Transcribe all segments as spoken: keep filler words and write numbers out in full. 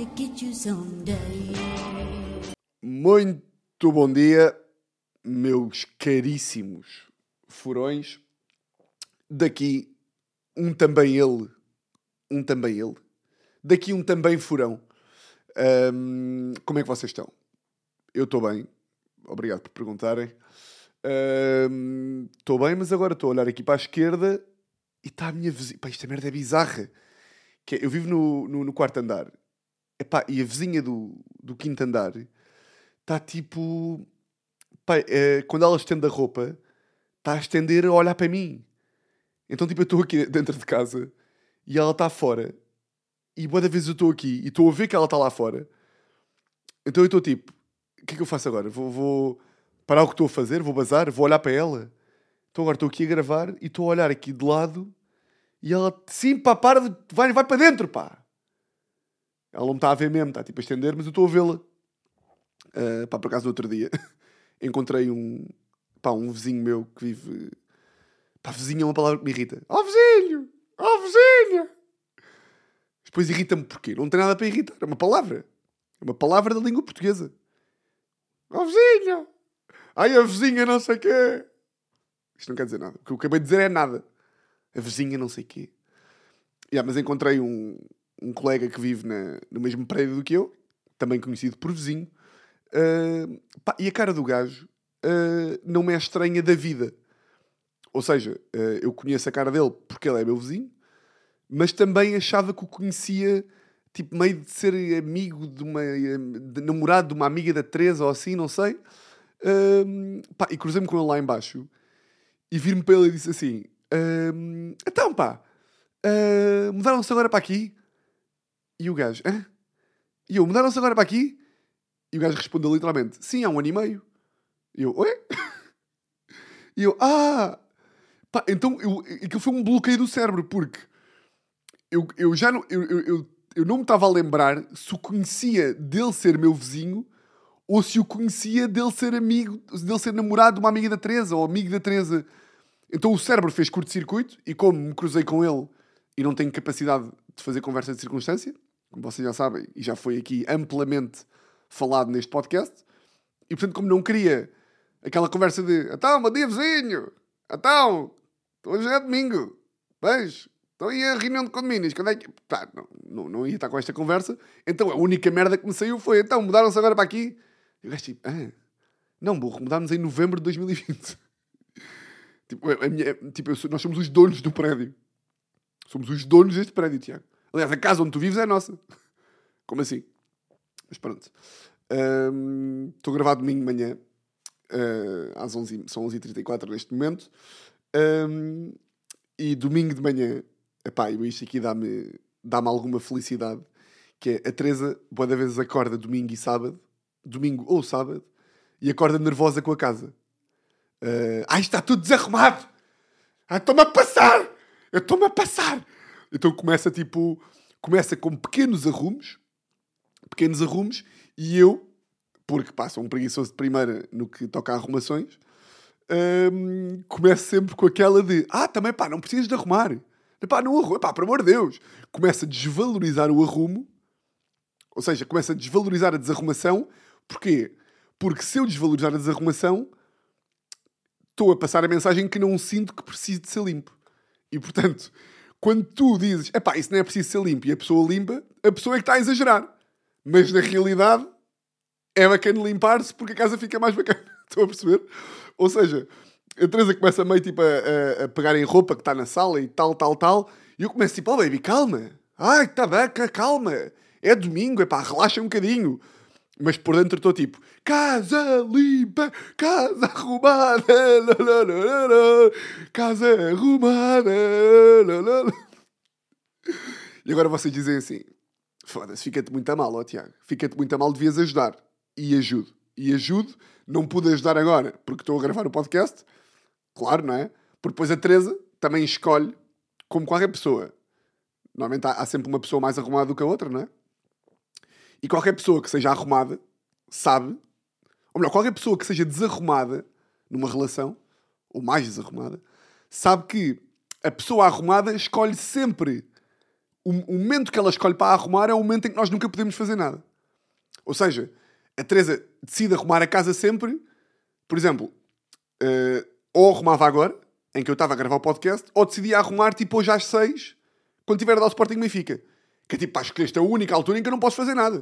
get you someday. Muito bom dia, meus caríssimos furões. Daqui um também ele, um também ele. Daqui um também furão. Um, como é que vocês estão? Eu estou bem, obrigado por perguntarem. Estou um, bem, mas agora estou a olhar aqui para a esquerda e está a minha vizinha. Pá, esta merda é bizarra. Que é, eu vivo no, no, no quarto andar. Epá, e a vizinha do, do quinto andar está tipo... Pá, é, quando ela estende a roupa, está a estender a olhar para mim. Então tipo, eu estou aqui dentro de casa e ela está fora. E boa da vez eu estou aqui e estou a ver que ela está lá fora. Então eu estou tipo... O que é que eu faço agora? Vou, vou parar o que estou a fazer? Vou bazar? Vou olhar para ela? Então agora estou aqui a gravar e estou a olhar aqui de lado e ela... Sim, pá, para de... Vai, vai para dentro, pá! Ela não me está a ver mesmo, está tipo a estender, mas eu estou a vê-la. Uh, pá, por acaso no outro dia encontrei um... Pá, um vizinho meu que vive... Pá, vizinho é uma palavra que me irrita. Oh, vizinho! Oh, vizinho! Depois irrita-me porquê? Não tem nada para irritar. É uma palavra. É uma palavra da língua portuguesa. Oh, vizinha! Ai, a vizinha não sei o quê. Isto não quer dizer nada. O que eu acabei de dizer é nada. A vizinha não sei o quê. Yeah, mas encontrei um, um colega que vive na, no mesmo prédio do que eu. Também conhecido por vizinho. Uh, pá, e a cara do gajo uh, não me é estranha da vida. Ou seja, uh, eu conheço a cara dele porque ele é meu vizinho. Mas também achava que o conhecia... Tipo, meio de ser amigo de uma... De namorado de uma amiga da Teresa ou assim, não sei. Um, pá, e cruzei-me com ele lá em baixo. E vir-me para ele e disse assim... Um, então, pá... Uh, mudaram-se agora para aqui? E o gajo... Hã? E eu, mudaram-se agora para aqui? E o gajo respondeu literalmente... Sim, há um ano e meio. E eu... Oi? E eu... Ah! Pá, então... Eu, aquilo foi um bloqueio do cérebro, porque... Eu, eu já não... Eu, eu, eu, eu não me estava a lembrar se o conhecia dele ser meu vizinho ou se o conhecia dele ser amigo, dele ser namorado de uma amiga da Teresa ou amigo da Teresa. Então o cérebro fez curto-circuito e como me cruzei com ele e não tenho capacidade de fazer conversa de circunstância, como vocês já sabem, e já foi aqui amplamente falado neste podcast, e portanto como não queria aquela conversa de então, bom dia vizinho, então, hoje é domingo, beijo. Então e a reunião de condomínios? Quando é que... Pá, não, não, não ia estar com esta conversa. Então a única merda que me saiu foi... Então, mudaram-se agora para aqui? Eu gajo tipo... Ah, não, burro, mudámos em novembro de dois mil e vinte. tipo, a minha, tipo eu sou, nós somos os donos do prédio. Somos os donos deste prédio, Tiago. Aliás, a casa onde tu vives é nossa. Como assim? Mas pronto. Um, estou a gravar domingo de manhã. Uh, às onze, são onze e trinta e quatro neste momento. Um, e domingo de manhã... Epá, isto aqui dá-me, dá-me alguma felicidade, que é a Teresa, boa da vez acorda domingo e sábado, domingo ou sábado, e acorda nervosa com a casa. Uh, Ai, está tudo desarrumado! Ai, estou-me a passar! Eu estou-me a passar! Então começa tipo, começa com pequenos arrumos, pequenos arrumos, e eu, porque pá, sou um preguiçoso de primeira no que toca a arrumações, um, começo sempre com aquela de, ah, também pá, não precisas de arrumar. Epá, não arrumo, epá, por amor de Deus. Começa a desvalorizar o arrumo. Ou seja, começa a desvalorizar a desarrumação. Porquê? Porque se eu desvalorizar a desarrumação, estou a passar a mensagem que não sinto que preciso de ser limpo. E, portanto, quando tu dizes, epá, isso não é preciso ser limpo, e a pessoa limpa, a pessoa é que está a exagerar. Mas, na realidade, é bacana limpar-se porque a casa fica mais bacana. Estão a perceber? Ou seja... A Teresa começa meio tipo a, a, a pegar em roupa que está na sala e tal, tal, tal. E eu começo tipo, oh baby, calma. Ai, tá bem, calma. É domingo, é pá, relaxa um bocadinho. Mas por dentro estou tipo, casa limpa, casa arrumada, lalalala, casa arrumada. Lalalala. E agora vocês dizem assim, foda-se, fica-te muito a mal, ó Tiago. Fica-te muito a mal, devias ajudar. E ajudo. E ajudo, não pude ajudar agora, porque estou a gravar o podcast. Claro, não é? Porque depois a Teresa também escolhe, como qualquer pessoa. Normalmente há, há sempre uma pessoa mais arrumada do que a outra, não é? E qualquer pessoa que seja arrumada sabe, ou melhor, qualquer pessoa que seja desarrumada numa relação, ou mais desarrumada, sabe que a pessoa arrumada escolhe sempre o, o momento que ela escolhe para arrumar é o momento em que nós nunca podemos fazer nada. Ou seja, a Teresa decide arrumar a casa sempre, por exemplo, uh, ou arrumava agora, em que eu estava a gravar o podcast, ou decidia arrumar tipo hoje às seis, quando tiver a dar o Sporting Benfica. Que é tipo, pá, escolheste a única altura em que eu não posso fazer nada.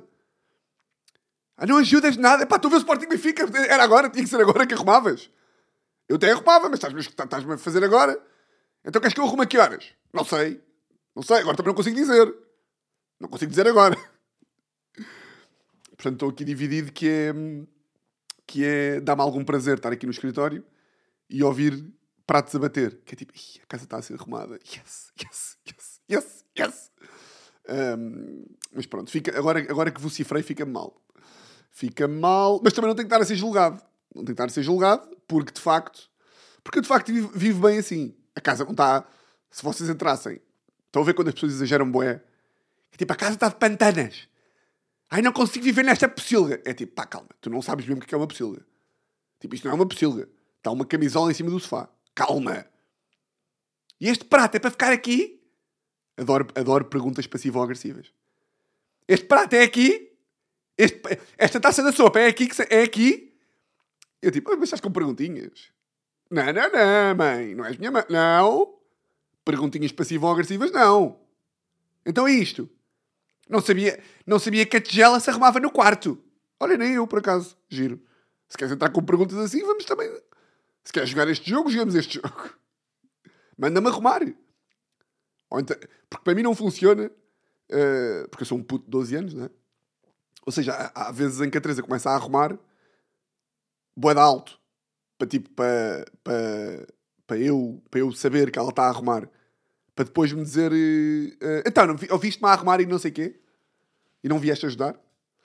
Ah, não ajudas nada. Pá, estou a ver o Sporting Benfica. Era agora, tinha que ser agora que arrumavas. Eu até arrumava, mas estás-me, estás-me a fazer agora. Então queres que eu arrume a que horas? Não sei. Não sei, agora também não consigo dizer. Não consigo dizer agora. Portanto, estou aqui dividido que é... Que é... Dá-me algum prazer estar aqui no escritório e ouvir pratos a bater. Que é tipo, a casa está a ser arrumada. Yes, yes, yes, yes, yes. Um, mas pronto, fica, agora, agora que vocifrei fica-me mal. Fica-me mal, mas também não tem que estar a ser julgado. Não tem que estar a ser julgado, porque de facto... Porque eu de facto vivo, vivo bem assim. A casa não está... Se vocês entrassem... Estão a ver quando as pessoas exageram bué? É tipo, a casa está de pantanas. Ai, não consigo viver nesta pocilga. É tipo, pá, calma. Tu não sabes mesmo o que é uma pocilga. Tipo, isto não é uma pocilga. Está uma camisola em cima do sofá. Calma. E este prato é para ficar aqui? Adoro, adoro perguntas passivo-agressivas. Este prato é aqui? Este, esta taça da sopa é aqui? Que se, é aqui? Eu tipo, mas estás com perguntinhas? Não, não, não, mãe. Não és minha mãe. Não. Perguntinhas passivo-agressivas, não. Então é isto. Não sabia, não sabia que a tigela se arrumava no quarto. Olha, nem eu, por acaso. Giro. Se queres entrar com perguntas assim, vamos também... Se queres jogar este jogo, jogamos este jogo. Manda-me arrumar. Ou então, porque para mim não funciona, uh, porque eu sou um puto de doze anos, não é? Ou seja, há, há vezes em que a Teresa começa a arrumar bué de alto, para tipo, para, para, para, eu, para eu saber que ela está a arrumar, para depois me dizer, uh, então, não, ouviste-me a arrumar e não sei o quê, e não vieste ajudar?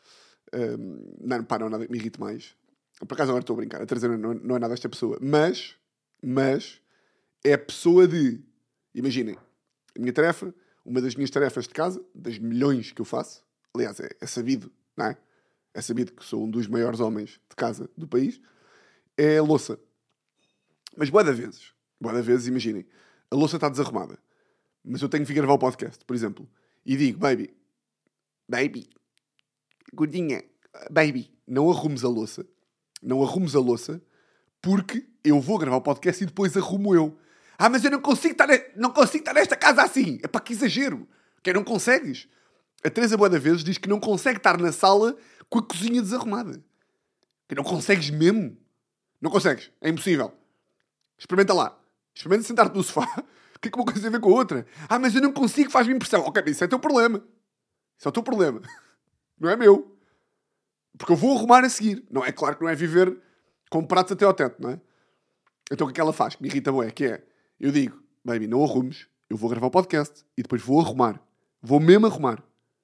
Um, não, pá, não é nada que me irrite mais. Por acaso agora estou a brincar, a Teresa não, não é nada esta pessoa, mas, mas, é a pessoa de, imaginem, a minha tarefa, uma das minhas tarefas de casa, das milhões que eu faço, aliás, é, é sabido, não é? É sabido que sou um dos maiores homens de casa do país, é a louça. Mas bué de vezes, bué de vezes, imaginem, a louça está desarrumada, mas eu tenho que vir gravar o podcast, por exemplo, e digo, baby, baby, gordinha, baby, não arrumes a louça, não arrumes a louça, porque eu vou gravar o podcast e depois arrumo eu. Ah, mas eu não consigo estar, não consigo estar nesta casa assim. É para que exagero. Que não consegues. A Teresa bué de vezes diz que não consegue estar na sala com a cozinha desarrumada. Que não consegues mesmo. Não consegues. É impossível. Experimenta lá. Experimenta sentar-te no sofá. O que é que uma coisa tem a ver com a outra? Ah, mas eu não consigo, faz-me impressão. Ok, isso é o teu problema. Isso é o teu problema. Não é meu. Porque eu vou arrumar a seguir. Não é claro que não é viver com pratos até ao teto, não é? Então o que é que ela faz? Que me irrita bué, que é... Eu digo, baby, não arrumes, eu vou gravar o podcast e depois vou arrumar. Vou mesmo arrumar.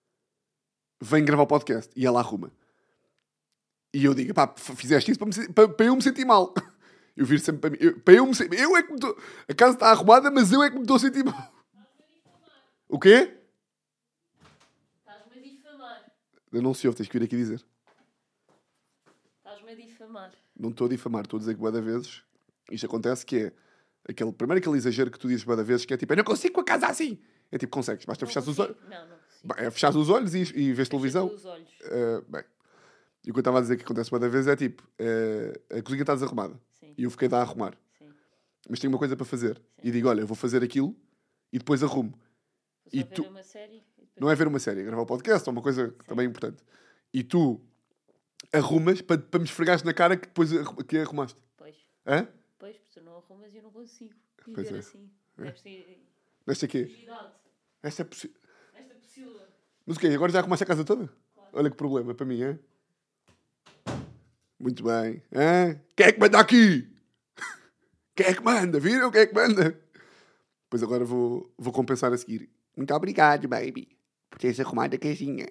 Vem gravar o podcast e ela arruma. E eu digo, pá, fizeste isso para, me, para, para eu me sentir mal. Eu viro sempre para mim. Eu, para eu me sentir... Eu é que me estou... A casa está arrumada, mas eu é que me estou a sentir mal. O quê? Estás-me a difamar. Eu não se ouve, tens que vir aqui dizer. Estás-me a difamar. Não estou a difamar, estou a dizer que bué de vezes isto acontece, que é aquele, primeiro aquele exagero que tu dizes bué de vezes, que é tipo, eu não consigo com a casa assim. É tipo, consegues, basta fechar os olhos. Não, não consigo. É fechar os olhos e, e vês televisão. Os olhos. Uh, bem, e o que eu estava a dizer que acontece bué de vezes é tipo, uh, a cozinha está desarrumada. Sim. E eu fiquei de a arrumar. Sim. Mas tenho uma coisa para fazer. Sim. E digo, olha, eu vou fazer aquilo e depois arrumo. Vou E só tu... ver uma série. Depois... Não é ver uma série, é gravar o podcast, é uma coisa Sim. também importante. E tu arrumas para, para me esfregares na cara que depois que arrumaste. Pois. Hã? Pois, porque tu não arrumas e eu não consigo Pois viver é. assim. É. Deve ser... Nesta aqui. Rigidade. Esta é possível. Esta pocilga. Mas o quê? Agora já arrumaste a casa toda? Claro. Olha que problema para mim, é? Muito bem. Hã? Quem é que manda aqui? Quem é que manda? Viram? Quem é que manda? Pois agora vou, vou compensar a seguir. Muito obrigado, baby, por teres arrumado a casinha.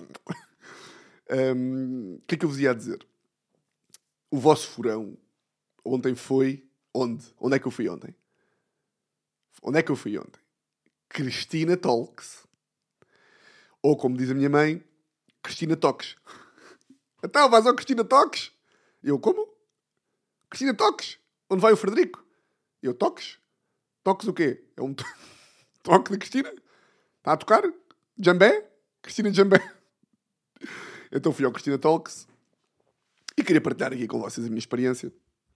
Um, o que é que eu vos ia dizer? O vosso furão ontem foi... Onde? Onde é que eu fui ontem? Onde é que eu fui ontem? Cristina Talks. Ou, como diz a minha mãe, Cristina Toques. Então, vais ao Cristina Toques? Eu, como? Cristina Toques? Onde vai o Frederico? Eu, Toques? Toques o quê? É um to... toque de Cristina? Está a tocar? Jambé? Cristina Jambé. Então fui ao Cristina Talks e queria partilhar aqui com vocês a minha experiência.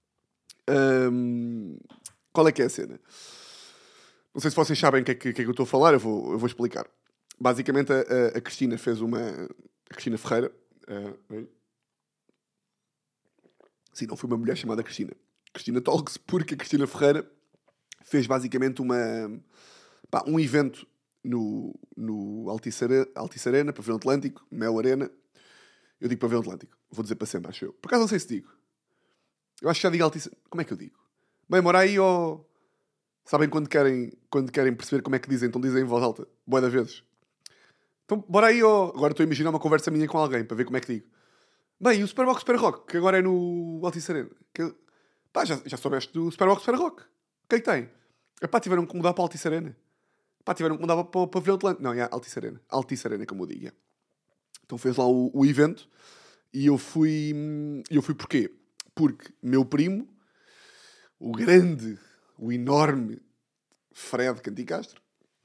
Um, qual é que é a cena? Não sei se vocês sabem o que é que, que, é que eu estou a falar, eu vou, eu vou explicar. Basicamente, a, a, a Cristina fez uma... A Cristina Ferreira... Uh, sim, não foi uma mulher chamada Cristina. Cristina Talks, porque a Cristina Ferreira fez basicamente uma, pá, um evento no, no Altice Arena, Altice Arena, Pavilhão Atlântico, Mel Arena. Eu digo Pavilhão Atlântico. Vou dizer para sempre, acho eu. Por acaso não sei se digo. Eu acho que já digo Altice... Como é que eu digo? Bem, mora aí ou... Sabem quando querem, quando querem perceber como é que dizem? Então dizem em voz alta. Bué da vezes. Então, bora aí ou... Agora estou a imaginar uma conversa minha com alguém para ver como é que digo. Bem, e o Superbox Super Rock, que agora é no Altice Arena. Que... Pá, já, já soubeste do Superbox Super Rock. O que é que tem? Epá, tiveram que mudar para a Altice Arena. Pá, tiveram que mudar para o Pavilhão Atlântico. Não, é Altice Arena. Altice Arena, como eu digo. É. Então fez lá o, o evento e eu fui... Eu fui porquê? Porque meu primo, o grande, o enorme Fred Canticastro,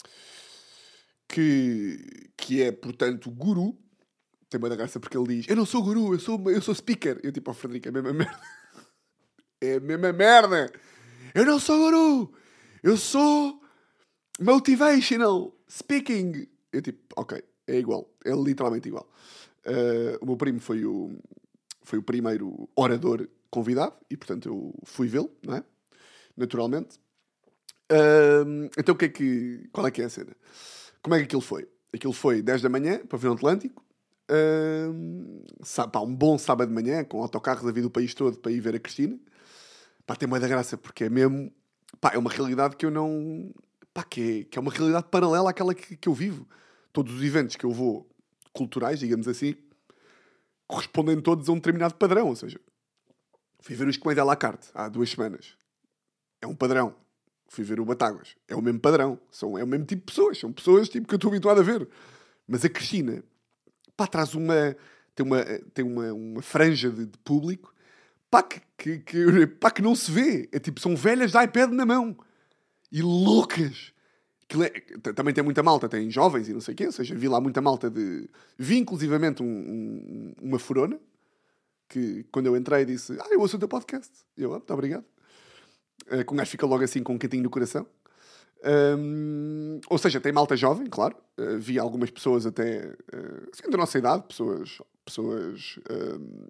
que, que é, portanto, guru, tem muita graça porque ele diz: eu não sou guru, eu sou, eu sou speaker. Eu tipo, ó, oh, Frederico, é a mesma merda. É a mesma merda. Eu não sou guru, eu sou motivational speaking. Eu tipo, ok, é igual, é literalmente igual. Uh, o meu primo foi o, foi o primeiro orador convidado e, portanto, eu fui vê-lo, não é? Naturalmente. Uh, então, o que é que, qual é que é a cena? Como é que aquilo foi? Aquilo foi dez da manhã, Pavilhão Atlântico. Uh, pá, um bom sábado de manhã, com autocarros a vir do país todo para ir ver a Cristina. Pá, tem muita graça, porque é mesmo... Pá, é uma realidade que eu não... Pá, que é, que é uma realidade paralela àquela que, que eu vivo. Todos os eventos que eu vou, culturais, digamos assim, correspondem todos a um determinado padrão. Ou seja, fui ver os Comédia à la carte há duas semanas. É um padrão. Fui ver o Batáguas. É o mesmo padrão. São, é o mesmo tipo de pessoas. São pessoas tipo, que eu estou habituado a ver. Mas a Cristina, pá, traz uma... Tem uma, tem uma, uma franja de, de público, pá que, que, que, pá, que não se vê. É tipo, são velhas de iPad na mão. E loucas. É, também tem muita malta. Tem jovens e não sei o quê. Ou seja, vi lá muita malta de... Vi inclusivamente um, um, uma furona, que quando eu entrei disse: ah, eu ouço o teu podcast. E eu, ah, muito obrigado. Uh, com um gajo fica logo assim com um cantinho no coração. Um, ou seja, tem malta jovem, claro. Uh, vi algumas pessoas até uh, assim, da nossa idade, pessoas, pessoas um,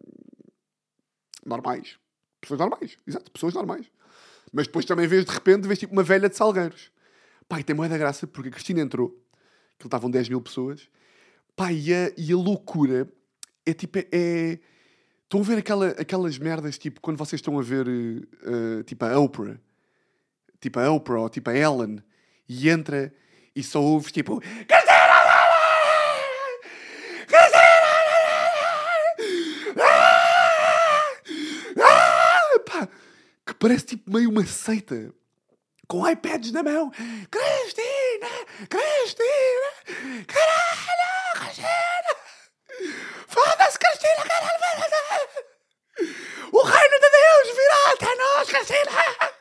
normais. Pessoas normais, exato, pessoas normais. Mas depois também vês de repente, vês tipo uma velha de Salgueiros. Pá, e tem moeda graça porque a Cristina entrou, que estavam dez mil pessoas. Pá, e a, e a loucura é tipo, é... é estão a ver aquela, aquelas merdas, tipo, quando vocês estão a ver, uh, tipo, a Oprah. Tipo, a Oprah ou tipo a Ellen. E entra e só ouves, tipo... Cristina! Cristina! Pá, que parece, tipo, meio uma seita. Com iPads na mão. Cristina! Cristina! Caralho! Cristina! Foda-se, Cristina! Caralho! O reino de Deus virá até nós, Cristina!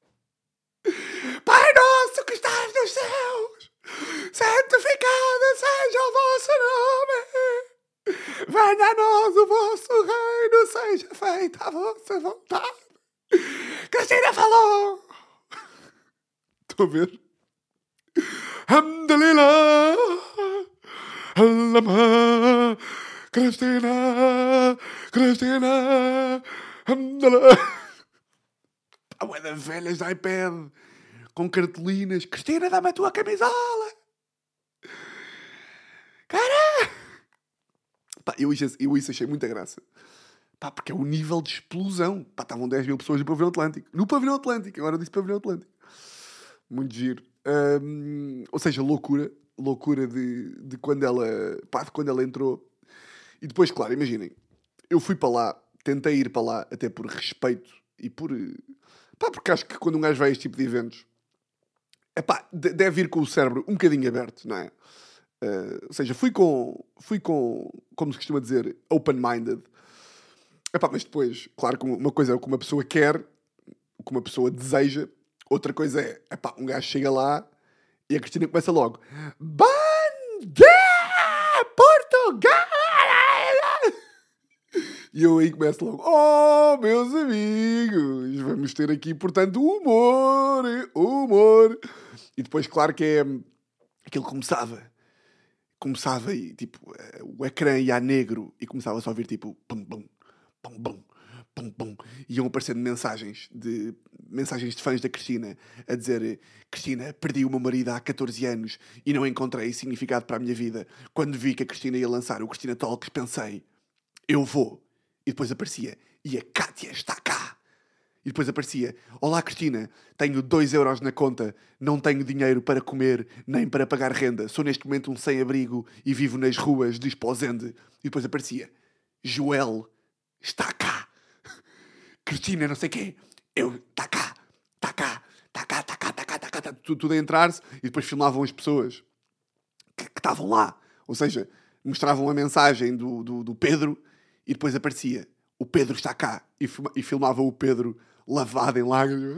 Pai nosso que estás nos céus, santificado seja o vosso nome. Venha a nós o vosso reino, seja feita a vossa vontade. Cristina falou! Estou a ver? Alhamdulillah, Alama, Cristina, Cristina, Alhamdulillah. A ué da velhas de iPad, com cartolinas. Cristina, dá-me a tua camisola. Cara! Pá, eu, isso, eu isso achei muita graça. Pá, porque é o nível de explosão. Pá, estavam dez mil pessoas no Pavilhão Atlântico. No Pavilhão Atlântico. Agora eu disse Pavilhão Atlântico. Muito giro. Um, ou seja, loucura. Loucura de, de, quando ela, pá, de quando ela entrou. E depois, claro, imaginem. Eu fui para lá. Tentei ir para lá até por respeito e por... Pá, porque acho que quando um gajo vai a este tipo de eventos, epá, deve ir com o cérebro um bocadinho aberto, não é? Uh, ou seja, fui com, fui com, como se costuma dizer, open-minded. Epá, mas depois, claro que uma coisa é o que uma pessoa quer, o que uma pessoa deseja. Outra coisa é, epá, um gajo chega lá e a Cristina começa logo: Bye! Yeah! Portugal! E eu aí começo logo, oh, meus amigos, vamos ter aqui, portanto, humor, humor. E depois, claro que é, aquilo começava, começava e, tipo, o ecrã ia a negro e começava só a ouvir, tipo, pum, pum, pum, pum, pum, pum. E iam aparecendo mensagens de, mensagens de fãs da Cristina a dizer, Cristina, perdi o meu marido há catorze anos e não encontrei significado para a minha vida. Quando vi que a Cristina ia lançar o Cristina Talks, pensei, eu vou. E depois aparecia, e a Kátia está cá. E depois aparecia, olá Cristina, tenho dois euros na conta, não tenho dinheiro para comer, nem para pagar renda, sou neste momento um sem-abrigo e vivo nas ruas de Esposende. E depois aparecia, Joel está cá. Cristina não sei quê, eu, está cá, está cá, está cá, está cá, está cá, está cá, está tudo, tudo a entrar-se. E depois filmavam as pessoas que, que estavam lá. Ou seja, mostravam a mensagem do, do, do Pedro. E depois aparecia, o Pedro está cá. E, e filmava o Pedro lavado em lágrimas.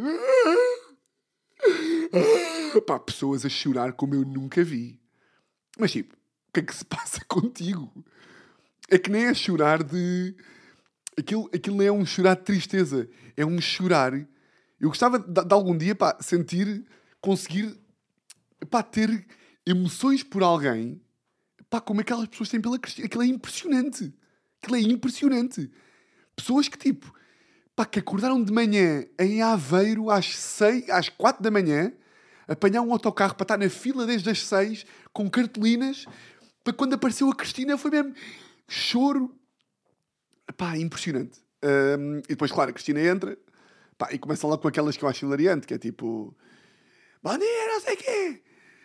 Pá, pessoas a chorar como eu nunca vi. Mas tipo, o que é que se passa contigo? É que nem é chorar de... Aquilo, aquilo nem é um chorar de tristeza. É um chorar... Eu gostava de, de algum dia, pá, sentir... Conseguir, pá, ter emoções por alguém... Pá, como aquelas pessoas têm pela Cristina. Aquilo é impressionante. Aquilo é impressionante. Pessoas que, tipo, pá, que acordaram de manhã em Aveiro às seis, às quatro da manhã, apanhar um autocarro para estar na fila desde as seis, com cartolinas, para quando apareceu a Cristina foi mesmo choro. Pá, impressionante. Um, e depois, claro, a Cristina entra, pá, e começa lá com aquelas que eu acho hilariante, que é tipo... Bom dia, não sei o quê.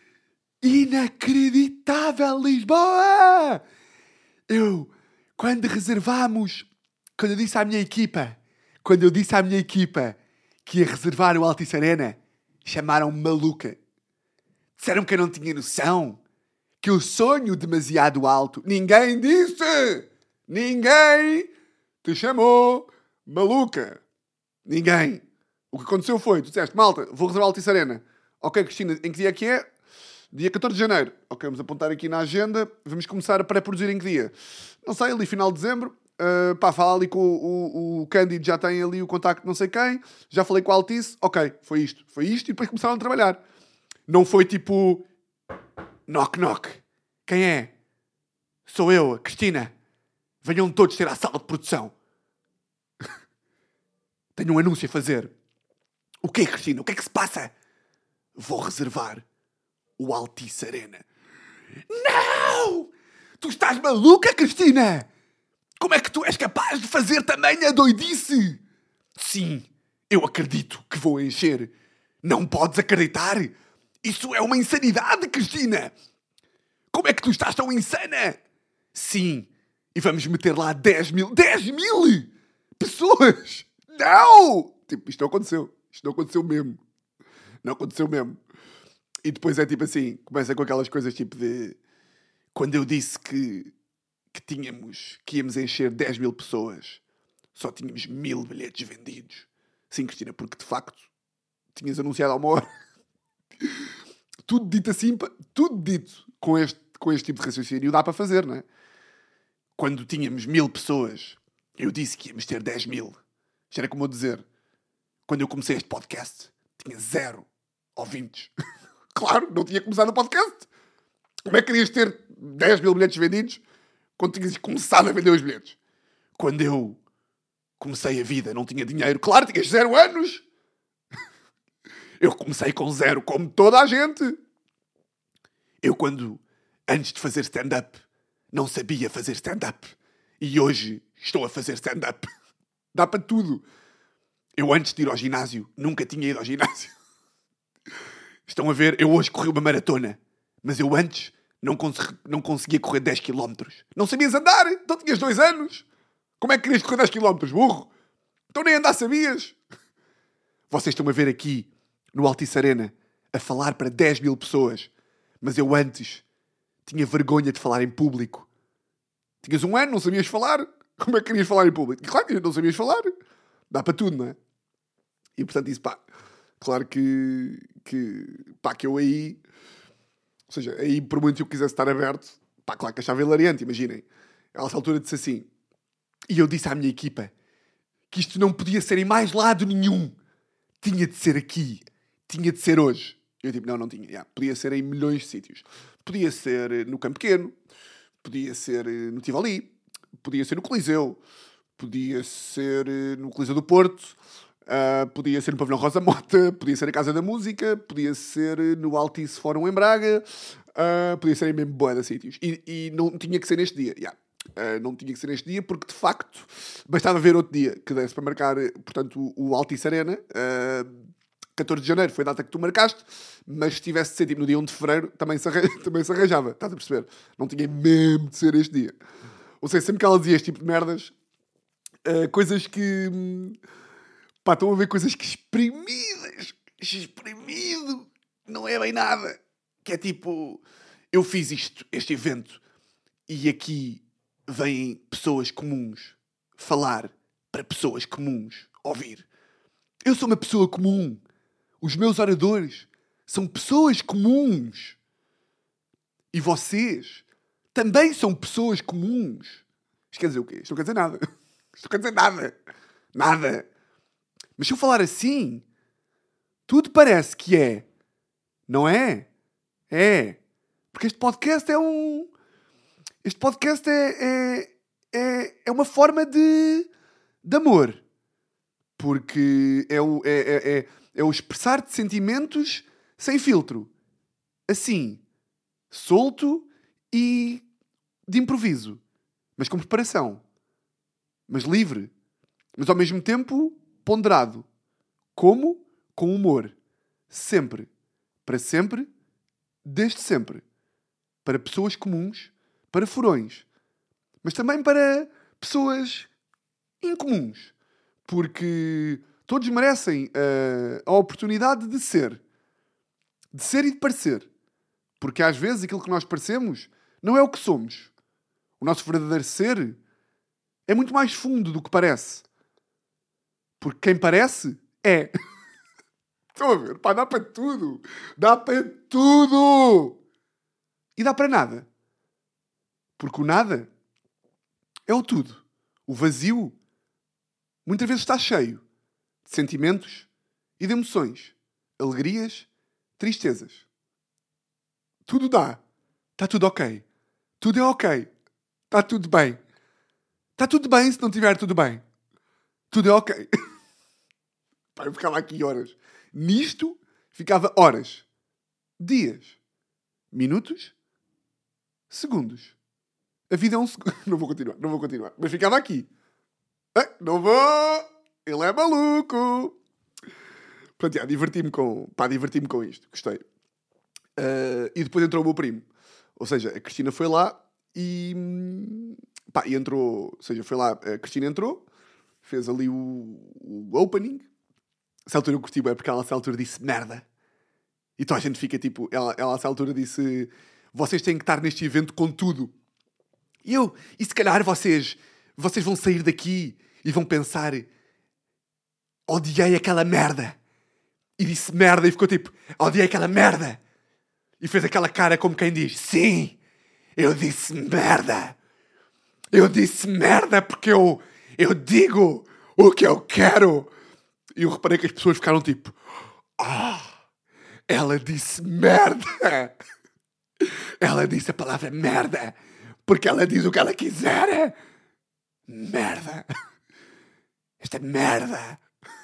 Inacreditável, Lisboa! Eu... Quando reservámos, quando eu disse à minha equipa, quando eu disse à minha equipa que ia reservar o Altice Arena, chamaram-me maluca. Disseram que eu não tinha noção, que eu sonho demasiado alto. Ninguém disse! Ninguém te chamou maluca. Ninguém. O que aconteceu foi, tu disseste, malta, vou reservar o Altice Arena. Ok, Cristina, em que dia é que é? Dia catorze de janeiro. Ok, vamos apontar aqui na agenda. Vamos começar a pré-produzir em que dia? Não sei, ali final de dezembro. Uh, pá, fala ali com o, o, o Cândido, já tem ali o contacto de não sei quem. Já falei com a Altice. Ok, foi isto. Foi isto e depois começaram a trabalhar. Não foi tipo... Knock, knock. Quem é? Sou eu, a Cristina. Venham todos ter à sala de produção. Tenho um anúncio a fazer. O quê, Cristina? O que é que se passa? Vou reservar o Altice Arena. Não! Tu estás maluca, Cristina? Como é que tu és capaz de fazer tamanha doidice? Sim, eu acredito que vou encher. Não podes acreditar? Isso é uma insanidade, Cristina! Como é que tu estás tão insana? Sim, e vamos meter lá dez mil... dez mil pessoas! Não! Tipo, isto não aconteceu. Isto não aconteceu mesmo. Não aconteceu mesmo. E depois é tipo assim, começa com aquelas coisas tipo de... Quando eu disse que, que tínhamos, que íamos encher dez mil pessoas, só tínhamos mil bilhetes vendidos. Sim, Cristina, porque de facto tinhas anunciado há uma hora. Tudo dito assim, tudo dito com este, com este tipo de raciocínio dá para fazer, não é? Quando tínhamos mil pessoas, eu disse que íamos ter dez mil. Isto era como eu dizer, quando eu comecei este podcast, tinha zero ouvintes. Claro, não tinha começado o podcast. Como é que querias ter dez mil bilhetes vendidos quando tinhas começado a vender os bilhetes? Quando eu comecei a vida, não tinha dinheiro. Claro, tinhas zero anos. Eu comecei com zero, como toda a gente. Eu, quando, antes de fazer stand-up, não sabia fazer stand-up. E hoje estou a fazer stand-up. Dá para tudo. Eu, antes de ir ao ginásio, nunca tinha ido ao ginásio. Estão a ver? Eu hoje corri uma maratona. Mas eu antes não, cons- não conseguia correr dez quilómetros. Não sabias andar? Então tinhas dois anos. Como é que querias correr dez quilómetros, burro? Então nem andar sabias. Vocês estão a ver aqui, no Altice Arena, a falar para dez mil pessoas. Mas eu antes tinha vergonha de falar em público. Tinhas um ano, não sabias falar. Como é que querias falar em público? Claro que não sabias falar. Dá para tudo, não é? E portanto isso, pá... Claro que, que, pá, que eu aí Ou seja, aí por muito que eu quisesse estar aberto, pá, claro que achava hilariante, imaginem. A essa altura disse assim, e eu disse à minha equipa que isto não podia ser em mais lado nenhum. Tinha de ser aqui. Tinha de ser hoje. Eu tipo, não, não tinha. Yeah, podia ser em milhões de sítios. Podia ser no Campo Pequeno. Podia ser no Tivoli. Podia ser no Coliseu. Podia ser no Coliseu do Porto. Uh, podia ser no Pavilhão Rosa Mota. Podia ser na Casa da Música. Podia ser no Altice Fórum em Braga. Uh, podia ser em mesmo bué de sítios. E, e não tinha que ser neste dia. Yeah. Uh, não tinha que ser neste dia porque, de facto, bastava ver outro dia que desse para marcar, portanto, o, o Altice Arena. Uh, catorze de janeiro foi a data que tu marcaste, mas se tivesse de ser tipo no dia um de fevereiro, também se, arran... também se arranjava. Estás a perceber? Não tinha mesmo de ser este dia. Ou seja, sempre que ela dizia este tipo de merdas, uh, coisas que... Pá, estão a ver coisas que exprimidas. Exprimido. Não é bem nada. Que é tipo... Eu fiz isto, este evento, e aqui vêm pessoas comuns falar para pessoas comuns ouvir. Eu sou uma pessoa comum. Os meus oradores são pessoas comuns. E vocês também são pessoas comuns. Isto quer dizer o quê? Isto não quer dizer nada. Isto não quer dizer nada. Nada. Mas se eu falar assim, tudo parece que é. Não é? É. Porque este podcast é um... Este podcast é, é, é, é uma forma de, de amor. Porque é o, é, é, é, é o expressar de sentimentos sem filtro. Assim. Solto e de improviso. Mas com preparação. Mas livre. Mas ao mesmo tempo ponderado. Como? Com humor. Sempre. Para sempre. Desde sempre. Para pessoas comuns. Para furões. Mas também para pessoas incomuns. Porque todos merecem uh, a oportunidade de ser. De ser e de parecer. Porque às vezes aquilo que nós parecemos não é o que somos. O nosso verdadeiro ser é muito mais fundo do que parece. Porque quem parece é. Estão a ver? Pá, dá para tudo. Dá para tudo. E dá para nada. Porque o nada é o tudo. O vazio muitas vezes está cheio de sentimentos e de emoções. Alegrias, tristezas. Tudo dá. Está tudo ok. Tudo é ok. Está tudo bem. Está tudo bem se não estiver tudo bem. Tudo é ok. Pá, eu ficava aqui horas. Nisto, ficava horas. Dias. Minutos. Segundos. A vida é um segundo. Não vou continuar, não vou continuar. Mas ficava aqui. Ah, não vou! Ele é maluco! Pronto, já, diverti-me com... Pá, diverti-me com isto. Gostei. Uh, e depois entrou o meu primo. Ou seja, a Cristina foi lá e... Pá, e entrou... Ou seja, foi lá... A Cristina entrou. Fez ali o, o opening. Essa altura eu curti bem, porque ela essa altura disse merda. E então a gente fica tipo... Ela, ela essa altura disse... Vocês têm que estar neste evento com tudo. E eu... E se calhar vocês... Vocês vão sair daqui e vão pensar... Odiei aquela merda. E disse merda e ficou tipo... Odiei aquela merda. E fez aquela cara como quem diz... Sim, eu disse merda. Eu disse merda porque eu... Eu digo o que eu quero. E eu reparei que as pessoas ficaram tipo... Ah, ela disse merda. Ela disse a palavra merda. Porque ela diz o que ela quiser. Merda. Esta merda.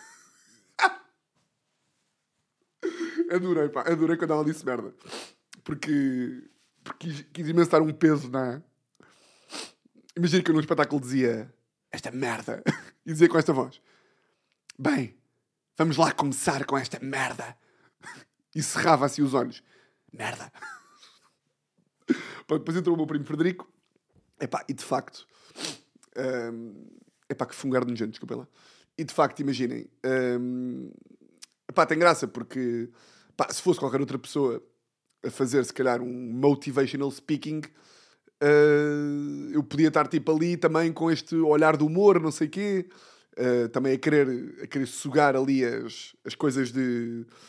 Adorei, pá. Adorei quando ela disse merda. Porque... Porque quis, quis imenso dar um peso, não é? Imagina que eu num espetáculo dizia... Esta merda. E dizia com esta voz. Bem, vamos lá começar com esta merda. E cerrava assim os olhos. Merda. Depois entrou o meu primo Frederico. Epá, e de facto... Um, epá, que fungar de nojento, desculpem lá. E de facto, imaginem... Um, epá, tem graça porque... Epá, se fosse qualquer outra pessoa a fazer, se calhar, um motivational speaking... Uh, eu podia estar tipo ali também com este olhar de humor, não sei o quê, uh, também a querer, a querer sugar ali as, as coisas de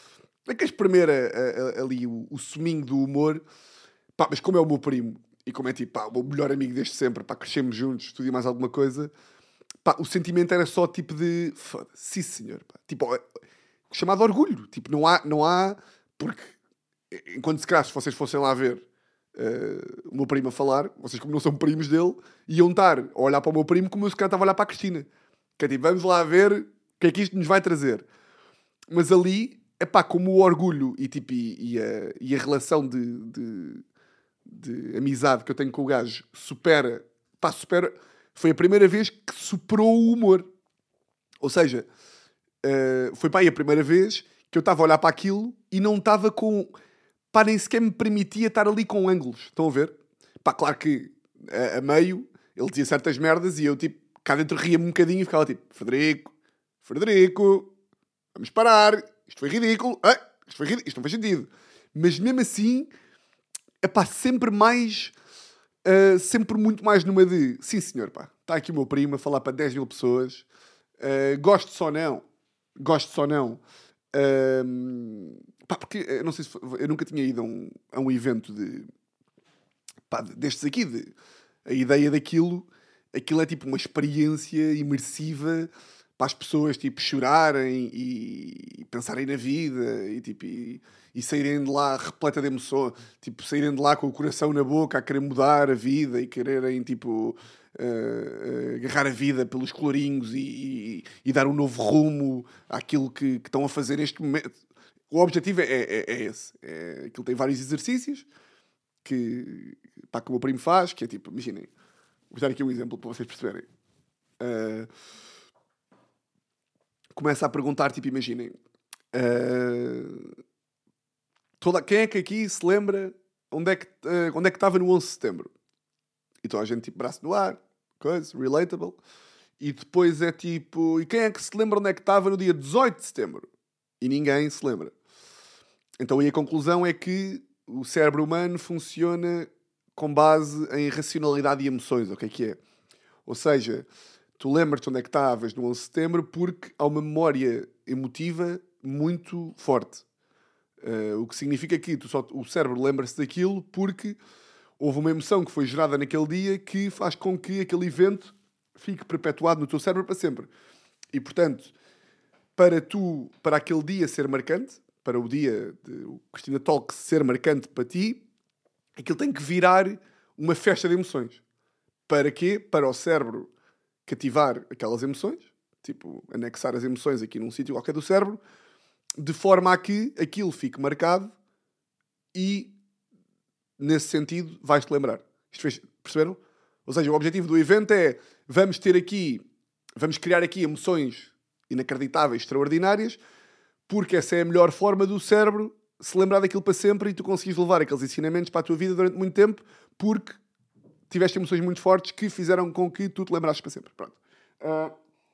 bem que a espremer a- a- a- ali o, o suminho do humor, pá, mas como é o meu primo, e como é tipo, pá, o meu melhor amigo desde sempre, pá, crescemos juntos, estudei mais alguma coisa, pá, o sentimento era só tipo de, foda-se, sim senhor, pá, tipo, é- chamado orgulho, tipo, não há, não há, porque enquanto se calhar se vocês fossem lá ver eh, o meu primo a falar, vocês como não são primos dele, iam estar a olhar para o meu primo como eu se calhar estava a olhar para a Cristina. Que é tipo, vamos lá ver o que é que isto nos vai trazer. Mas ali, é pá, como o orgulho e, tipo, e, e a, e a relação de, de, de amizade que eu tenho com o gajo supera, pá, supera, foi a primeira vez que superou o humor. Ou seja, eh, foi pá, aí a primeira vez que eu estava a olhar para aquilo e não estava com... Pá, nem sequer me permitia estar ali com ângulos. Estão a ver? Pá, claro que a, a meio ele dizia certas merdas e eu, tipo, cá dentro ria-me um bocadinho e ficava tipo, Frederico, Frederico, vamos parar, isto foi ridículo, ah, isto, foi ridículo. Isto não faz sentido. Mas mesmo assim, é pá, sempre mais, ah, sempre muito mais numa de, sim senhor, pá, está aqui o meu primo a falar para dez mil pessoas, ah, gosto só não, gosto só não. Ahm, pá, porque eu não sei se foi- eu nunca tinha ido a um, a um evento de, pá, destes aqui, de, a ideia daquilo, aquilo é tipo uma experiência imersiva para as pessoas tipo chorarem e, e pensarem na vida e, tipo, e, e saírem de lá repleta de emoção, tipo saírem de lá com o coração na boca a querer mudar a vida e quererem tipo uh, uh, agarrar a vida pelos colorinhos e, e, e dar um novo rumo àquilo que, que estão a fazer neste momento. O objetivo é, é, é esse. É, aquilo tem vários exercícios que, pá, que o meu primo faz, que é tipo, imaginem, vou dar aqui um exemplo para vocês perceberem. Uh, começa a perguntar, tipo, imaginem, uh, toda, quem é que aqui se lembra onde é que, uh, onde é que estava no onze de setembro? E toda a gente, tipo, braço no ar, coisa, relatable. E depois é tipo, e quem é que se lembra onde é que estava no dia dezoito de setembro? E ninguém se lembra. Então aí a conclusão é que o cérebro humano funciona com base em racionalidade e emoções. O que é que é? Ou seja, tu lembras-te onde é que estavas no onze de setembro porque há uma memória emotiva muito forte. Uh, o que significa que tu só, o cérebro lembra-se daquilo porque houve uma emoção que foi gerada naquele dia que faz com que aquele evento fique perpetuado no teu cérebro para sempre. E, portanto, para tu, para aquele dia ser marcante, para o dia de o Cristina Talks ser marcante para ti, aquilo tem que virar uma festa de emoções. Para quê? Para o cérebro cativar aquelas emoções, tipo, anexar as emoções aqui num sítio qualquer do cérebro, de forma a que aquilo fique marcado e, nesse sentido, vais-te lembrar. Isto fez, perceberam? Ou seja, o objetivo do evento é, vamos ter aqui, vamos criar aqui emoções inacreditáveis, extraordinárias, porque essa é a melhor forma do cérebro se lembrar daquilo para sempre e tu conseguires levar aqueles ensinamentos para a tua vida durante muito tempo, porque tiveste emoções muito fortes que fizeram com que tu te lembrasses para sempre. Pronto. Uh...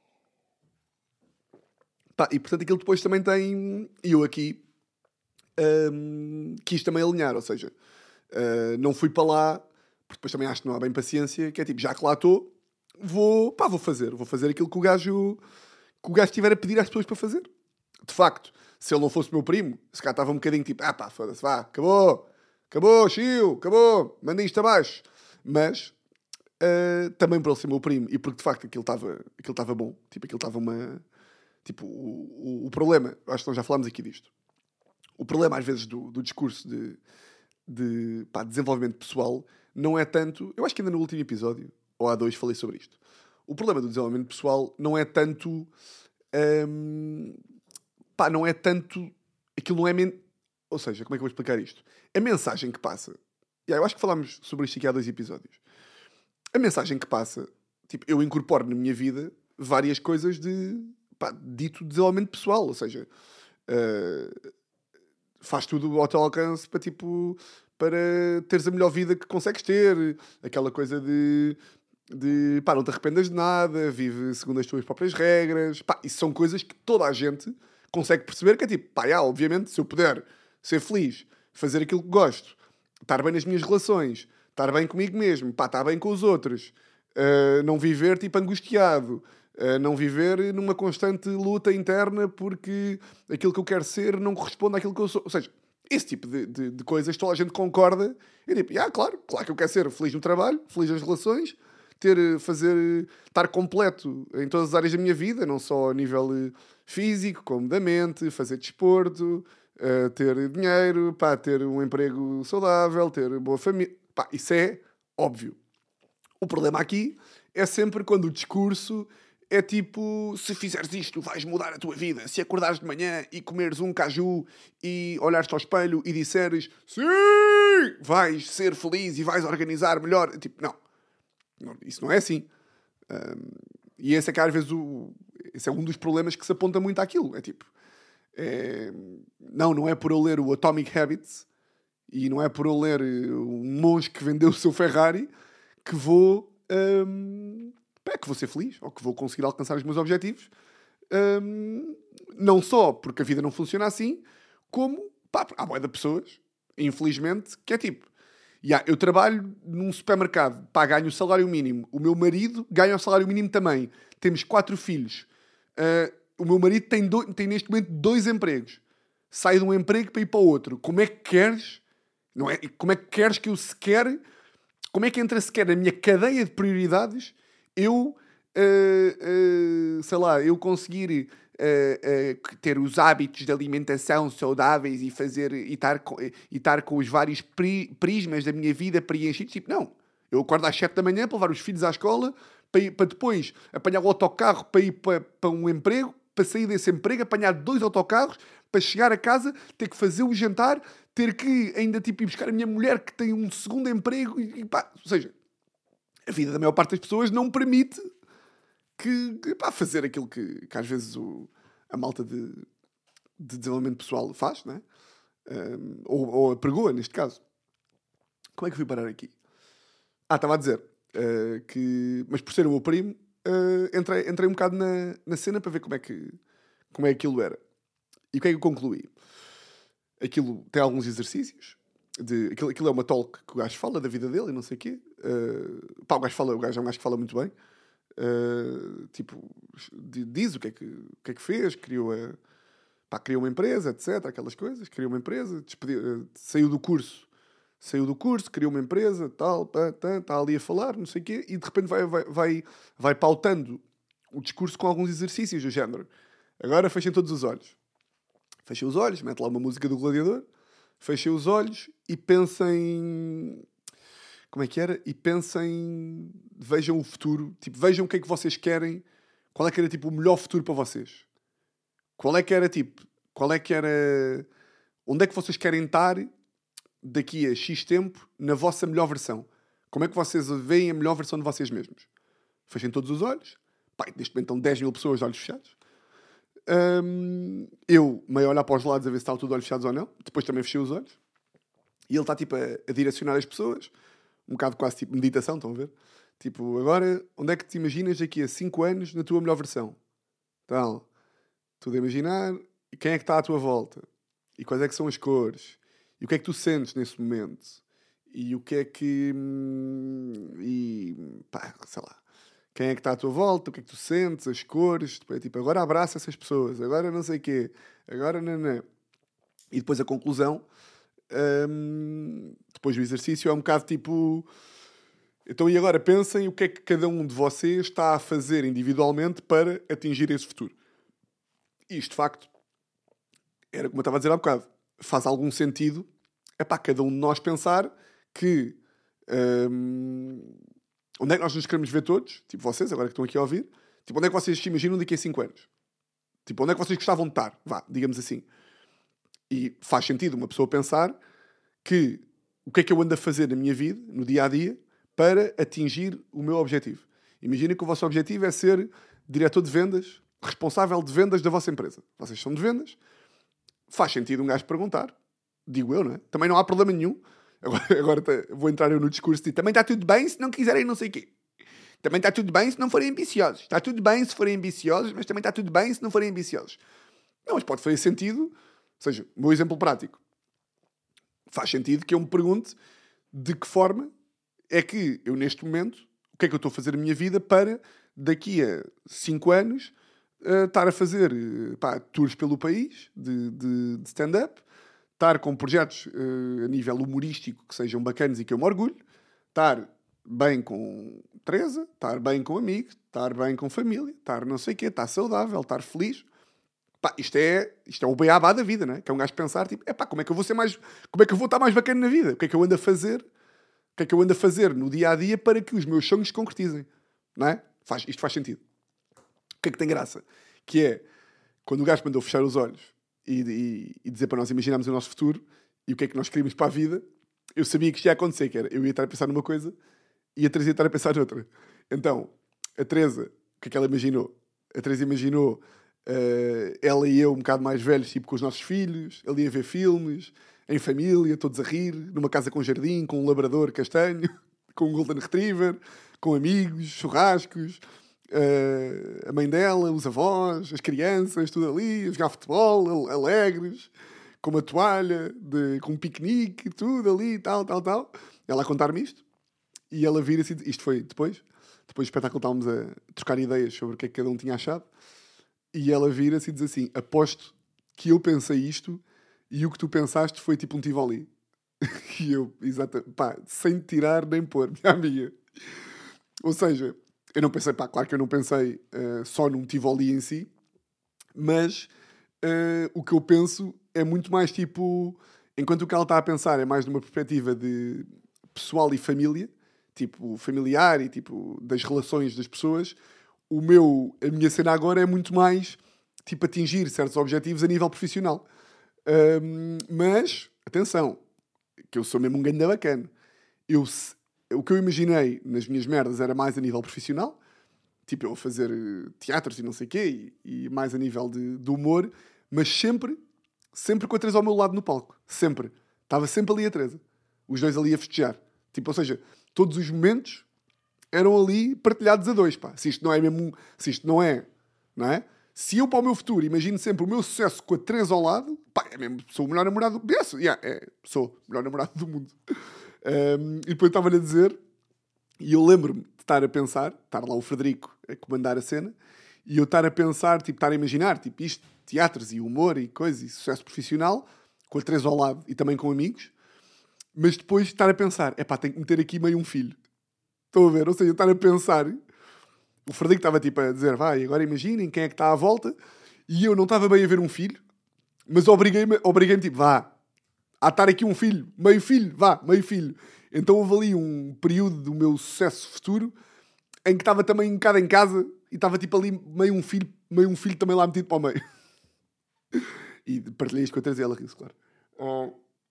Pá, e portanto aquilo depois também tem... Eu aqui um, quis também alinhar, ou seja, uh, não fui para lá, porque depois também acho que não há bem paciência, que é tipo, já que lá estou, vou, pá, vou fazer. Vou fazer aquilo que o gajo, que o gajo estiver a pedir às pessoas para fazer. De facto, se ele não fosse meu primo, se cá estava um bocadinho tipo, ah pá, foda-se, vá, acabou, acabou, chiu, acabou, mandei isto abaixo. Mas uh, também por ele ser meu primo e porque de facto aquilo estava aquilo estava bom, tipo, aquilo estava uma... Tipo, o, o, o problema, acho que nós já falámos aqui disto, o problema às vezes do, do discurso de, de pá, desenvolvimento pessoal não é tanto, eu acho que ainda no último episódio, ou há dois, falei sobre isto. O problema do desenvolvimento pessoal não é tanto... Hum, pá, não é tanto... Aquilo não é... Men... Ou seja, como é que eu vou explicar isto? A mensagem que passa... Yeah, eu acho que falámos sobre isto aqui há dois episódios. A mensagem que passa... Tipo, eu incorporo na minha vida várias coisas de... Pá, dito desenvolvimento pessoal. Ou seja... Uh, faz tudo ao teu alcance para, tipo... Para teres a melhor vida que consegues ter. Aquela coisa de... de pá, não te arrependas de nada. Vive segundo as tuas próprias regras. Pá, isso são coisas que toda a gente... consegue perceber que é tipo, pá, já, obviamente, se eu puder ser feliz, fazer aquilo que gosto, estar bem nas minhas relações, estar bem comigo mesmo, pá, estar bem com os outros, uh, não viver, tipo, angustiado, Uh, não viver numa constante luta interna porque aquilo que eu quero ser não corresponde àquilo que eu sou. Ou seja, esse tipo de, de, de coisas toda a gente concorda. E tipo, ah, claro, claro que eu quero ser feliz no trabalho, feliz nas relações, ter, fazer, estar completo em todas as áreas da minha vida, não só a nível físico, como da mente, fazer desporto, uh, ter dinheiro, pá, ter um emprego saudável, ter boa família. Pá, isso é óbvio. O problema aqui é sempre quando o discurso é tipo, se fizeres isto vais mudar a tua vida. Se acordares de manhã e comeres um caju e olhares-te ao espelho e disseres sim, vais ser feliz e vais organizar melhor. Tipo, não. não isso não é assim. Um, e esse é que às vezes o, esse é um dos problemas que se aponta muito àquilo. É tipo, é, não, não é por eu ler o Atomic Habits e não é por eu ler um monge que vendeu o seu Ferrari que vou... Um, é que vou ser feliz, ou que vou conseguir alcançar os meus objetivos. Um, não só porque a vida não funciona assim, como, pá, há boia de pessoas, infelizmente, que é tipo, yeah, eu trabalho num supermercado, pá, ganho o salário mínimo, o meu marido ganha o salário mínimo também, temos quatro filhos, uh, o meu marido tem, do, tem neste momento dois empregos, sai de um emprego para ir para o outro, como é que queres, não é? Como é que queres que eu sequer, como é que entra sequer na minha cadeia de prioridades eu, uh, uh, sei lá, eu conseguir uh, uh, ter os hábitos de alimentação saudáveis e fazer e estar com, e estar com os vários pri, prismas da minha vida preenchidos, tipo, não. Eu acordo às sete da manhã para levar os filhos à escola, para, ir, para depois apanhar o autocarro para ir para, para um emprego, para sair desse emprego, apanhar dois autocarros, para chegar a casa, ter que fazer o jantar, ter que ainda tipo, ir buscar a minha mulher que tem um segundo emprego, e, e pá, ou seja... A vida da maior parte das pessoas não permite que, que pá, fazer aquilo que, que às vezes o, a malta de, de desenvolvimento pessoal faz, não é? Um, ou, ou a pergoa, neste caso. Como é que fui parar aqui? Ah, estava a dizer uh, que... Mas por ser o meu primo, uh, entrei, entrei um bocado na, na cena para ver como é, que, como é que aquilo era. E o que é que eu concluí? Aquilo tem alguns exercícios. De, aquilo, aquilo é uma talk que o gajo fala da vida dele e não sei o quê. Uh, pá, o gajo, fala, o gajo é um gajo que fala muito bem. Uh, tipo, diz o que é que, o que, é que fez, criou, a, pá, criou uma empresa, etcétera. Aquelas coisas. Criou uma empresa, despediu, uh, saiu do curso. Saiu do curso, criou uma empresa, tal, pá, tá, tá ali a falar, não sei o quê. E de repente vai, vai, vai, vai pautando o discurso com alguns exercícios do género. Agora fechem todos os olhos. Fechem os olhos, mete lá uma música do Gladiador. Fechem os olhos e pensem... Como é que era? E pensem... Vejam o futuro. Tipo, vejam o que é que vocês querem. Qual é que era, tipo, o melhor futuro para vocês? Qual é que era, tipo... Qual é que era... Onde é que vocês querem estar daqui a X tempo na vossa melhor versão? Como é que vocês veem a melhor versão de vocês mesmos? Fechem todos os olhos. Pai, neste momento estão dez mil pessoas de olhos fechados. Um, eu meio a olhar para os lados a ver se está tudo de olhos fechados ou não. Depois também fechei os olhos. E ele está tipo a, a direcionar as pessoas. Um bocado quase tipo meditação, estão a ver? Tipo, agora, onde é que te imaginas daqui a cinco anos na tua melhor versão? Então, tudo a imaginar. E quem é que está à tua volta? E quais é que são as cores? E o que é que tu sentes nesse momento? E o que é que... E... pá, sei lá. Quem é que está à tua volta, o que é que tu sentes, as cores, depois, tipo, agora abraça essas pessoas, agora não sei o quê, agora não, não. E depois a conclusão, hum, depois do exercício, é um bocado tipo... Então, e agora pensem o que é que cada um de vocês está a fazer individualmente para atingir esse futuro. E isto, de facto, era como eu estava a dizer há bocado, faz algum sentido, é para cada um de nós pensar que... Hum, onde é que nós nos queremos ver todos? Tipo vocês, agora que estão aqui a ouvir. Tipo, onde é que vocês se imaginam daqui a cinco anos? Tipo, onde é que vocês gostavam de estar? Vá, digamos assim. E faz sentido uma pessoa pensar que o que é que eu ando a fazer na minha vida, no dia-a-dia, para atingir o meu objetivo. Imaginem que o vosso objetivo é ser diretor de vendas, responsável de vendas da vossa empresa. Vocês são de vendas. Faz sentido um gajo perguntar. Digo eu, não é? Também não há problema nenhum. Agora, agora vou entrar eu no discurso de também está tudo bem se não quiserem não sei o quê. Também está tudo bem se não forem ambiciosos. Está tudo bem se forem ambiciosos, mas também está tudo bem se não forem ambiciosos. Não, mas pode fazer sentido. Ou seja, o meu exemplo prático. Faz sentido que eu me pergunte de que forma é que eu, neste momento, o que é que eu estou a fazer na minha vida para daqui a cinco anos, uh, estar a fazer uh, pá, tours pelo país de, de, de stand-up, estar com projetos uh, a nível humorístico que sejam bacanas e que eu me orgulho, estar bem com Teresa, estar bem com amigos, estar bem com família, estar não sei o quê, estar saudável, estar feliz. Pá, isto é, isto é o beabá da vida, não é? Que é um gajo pensar, tipo, epá, como é que eu vou ser mais, como é que eu vou estar mais bacana na vida? O que é que eu ando a fazer? O que é que eu ando a fazer no dia-a-dia para que os meus sonhos se concretizem? Não é? Faz, isto faz sentido. O que é que tem graça? Que é, quando o gajo mandou fechar os olhos e, e, e dizer para nós imaginarmos o nosso futuro e o que é que nós queríamos para a vida, eu sabia que isto ia acontecer, que era, eu ia estar a pensar numa coisa e a Teresa ia estar a pensar noutra. Então, a Teresa, o que é que ela imaginou? A Teresa imaginou uh, ela e eu um bocado mais velhos, tipo com os nossos filhos, ali a ver filmes, em família, todos a rir, numa casa com jardim, com um labrador castanho, com um golden retriever, com amigos, churrascos, uh, a mãe dela, os avós, as crianças, tudo ali, a jogar futebol, alegres, com uma toalha, de, com um piquenique, tudo ali, tal, tal, tal. Ela a contar-me isto. E ela vira-se, isto foi depois, depois do espetáculo estávamos a trocar ideias sobre o que é que cada um tinha achado, e ela vira-se e diz assim, aposto que eu pensei isto e o que tu pensaste foi tipo um Tivoli. E eu, exatamente, pá, sem tirar nem pôr, minha amiga. Ou seja, eu não pensei, pá, claro que eu não pensei uh, só num Tivoli em si, mas uh, o que eu penso é muito mais tipo, enquanto o que ela está a pensar é mais numa perspectiva de pessoal e família, tipo familiar e tipo das relações das pessoas, o meu, a minha cena agora é muito mais tipo atingir certos objetivos a nível profissional. Um, mas, atenção, que eu sou mesmo um ganda bacana. Eu, o que eu imaginei nas minhas merdas era mais a nível profissional, tipo eu fazer teatros e não sei o quê, e, e mais a nível de, de humor, mas sempre, sempre com a Teresa ao meu lado no palco. Sempre. Estava sempre ali a Teresa. Os dois ali a festejar. Tipo, ou seja, todos os momentos eram ali partilhados a dois, pá. Se isto não é mesmo... Se isto não é... Não é? Se eu, para o meu futuro, imagino sempre o meu sucesso com a Teresa ao lado, pá, é mesmo... Sou o melhor namorado... Yes, yeah, é, sou o melhor namorado do mundo. Um, e depois eu estava-lhe a dizer... E eu lembro-me de estar a pensar... Estar lá o Frederico a comandar a cena... E eu estar a pensar, tipo, estar a imaginar... Tipo, isto, teatros e humor e coisas... E sucesso profissional... Com a Teresa ao lado e também com amigos... Mas depois estar a pensar... Epá, tenho que meter aqui meio um filho... Estão a ver? Ou seja, estar a pensar... O Frederico estava tipo a dizer... Vai, agora imaginem quem é que está à volta... E eu não estava bem a ver um filho... Mas obriguei-me, obriguei-me tipo... Vá, a estar aqui um filho... Meio filho, vá, meio filho... Então houve ali um período do meu sucesso futuro... Em que estava também um bocado em casa... E estava tipo ali meio um filho... Meio um filho também lá metido para o meio... E partilhei isto com a Teresa e ela riu-se, claro... Uh...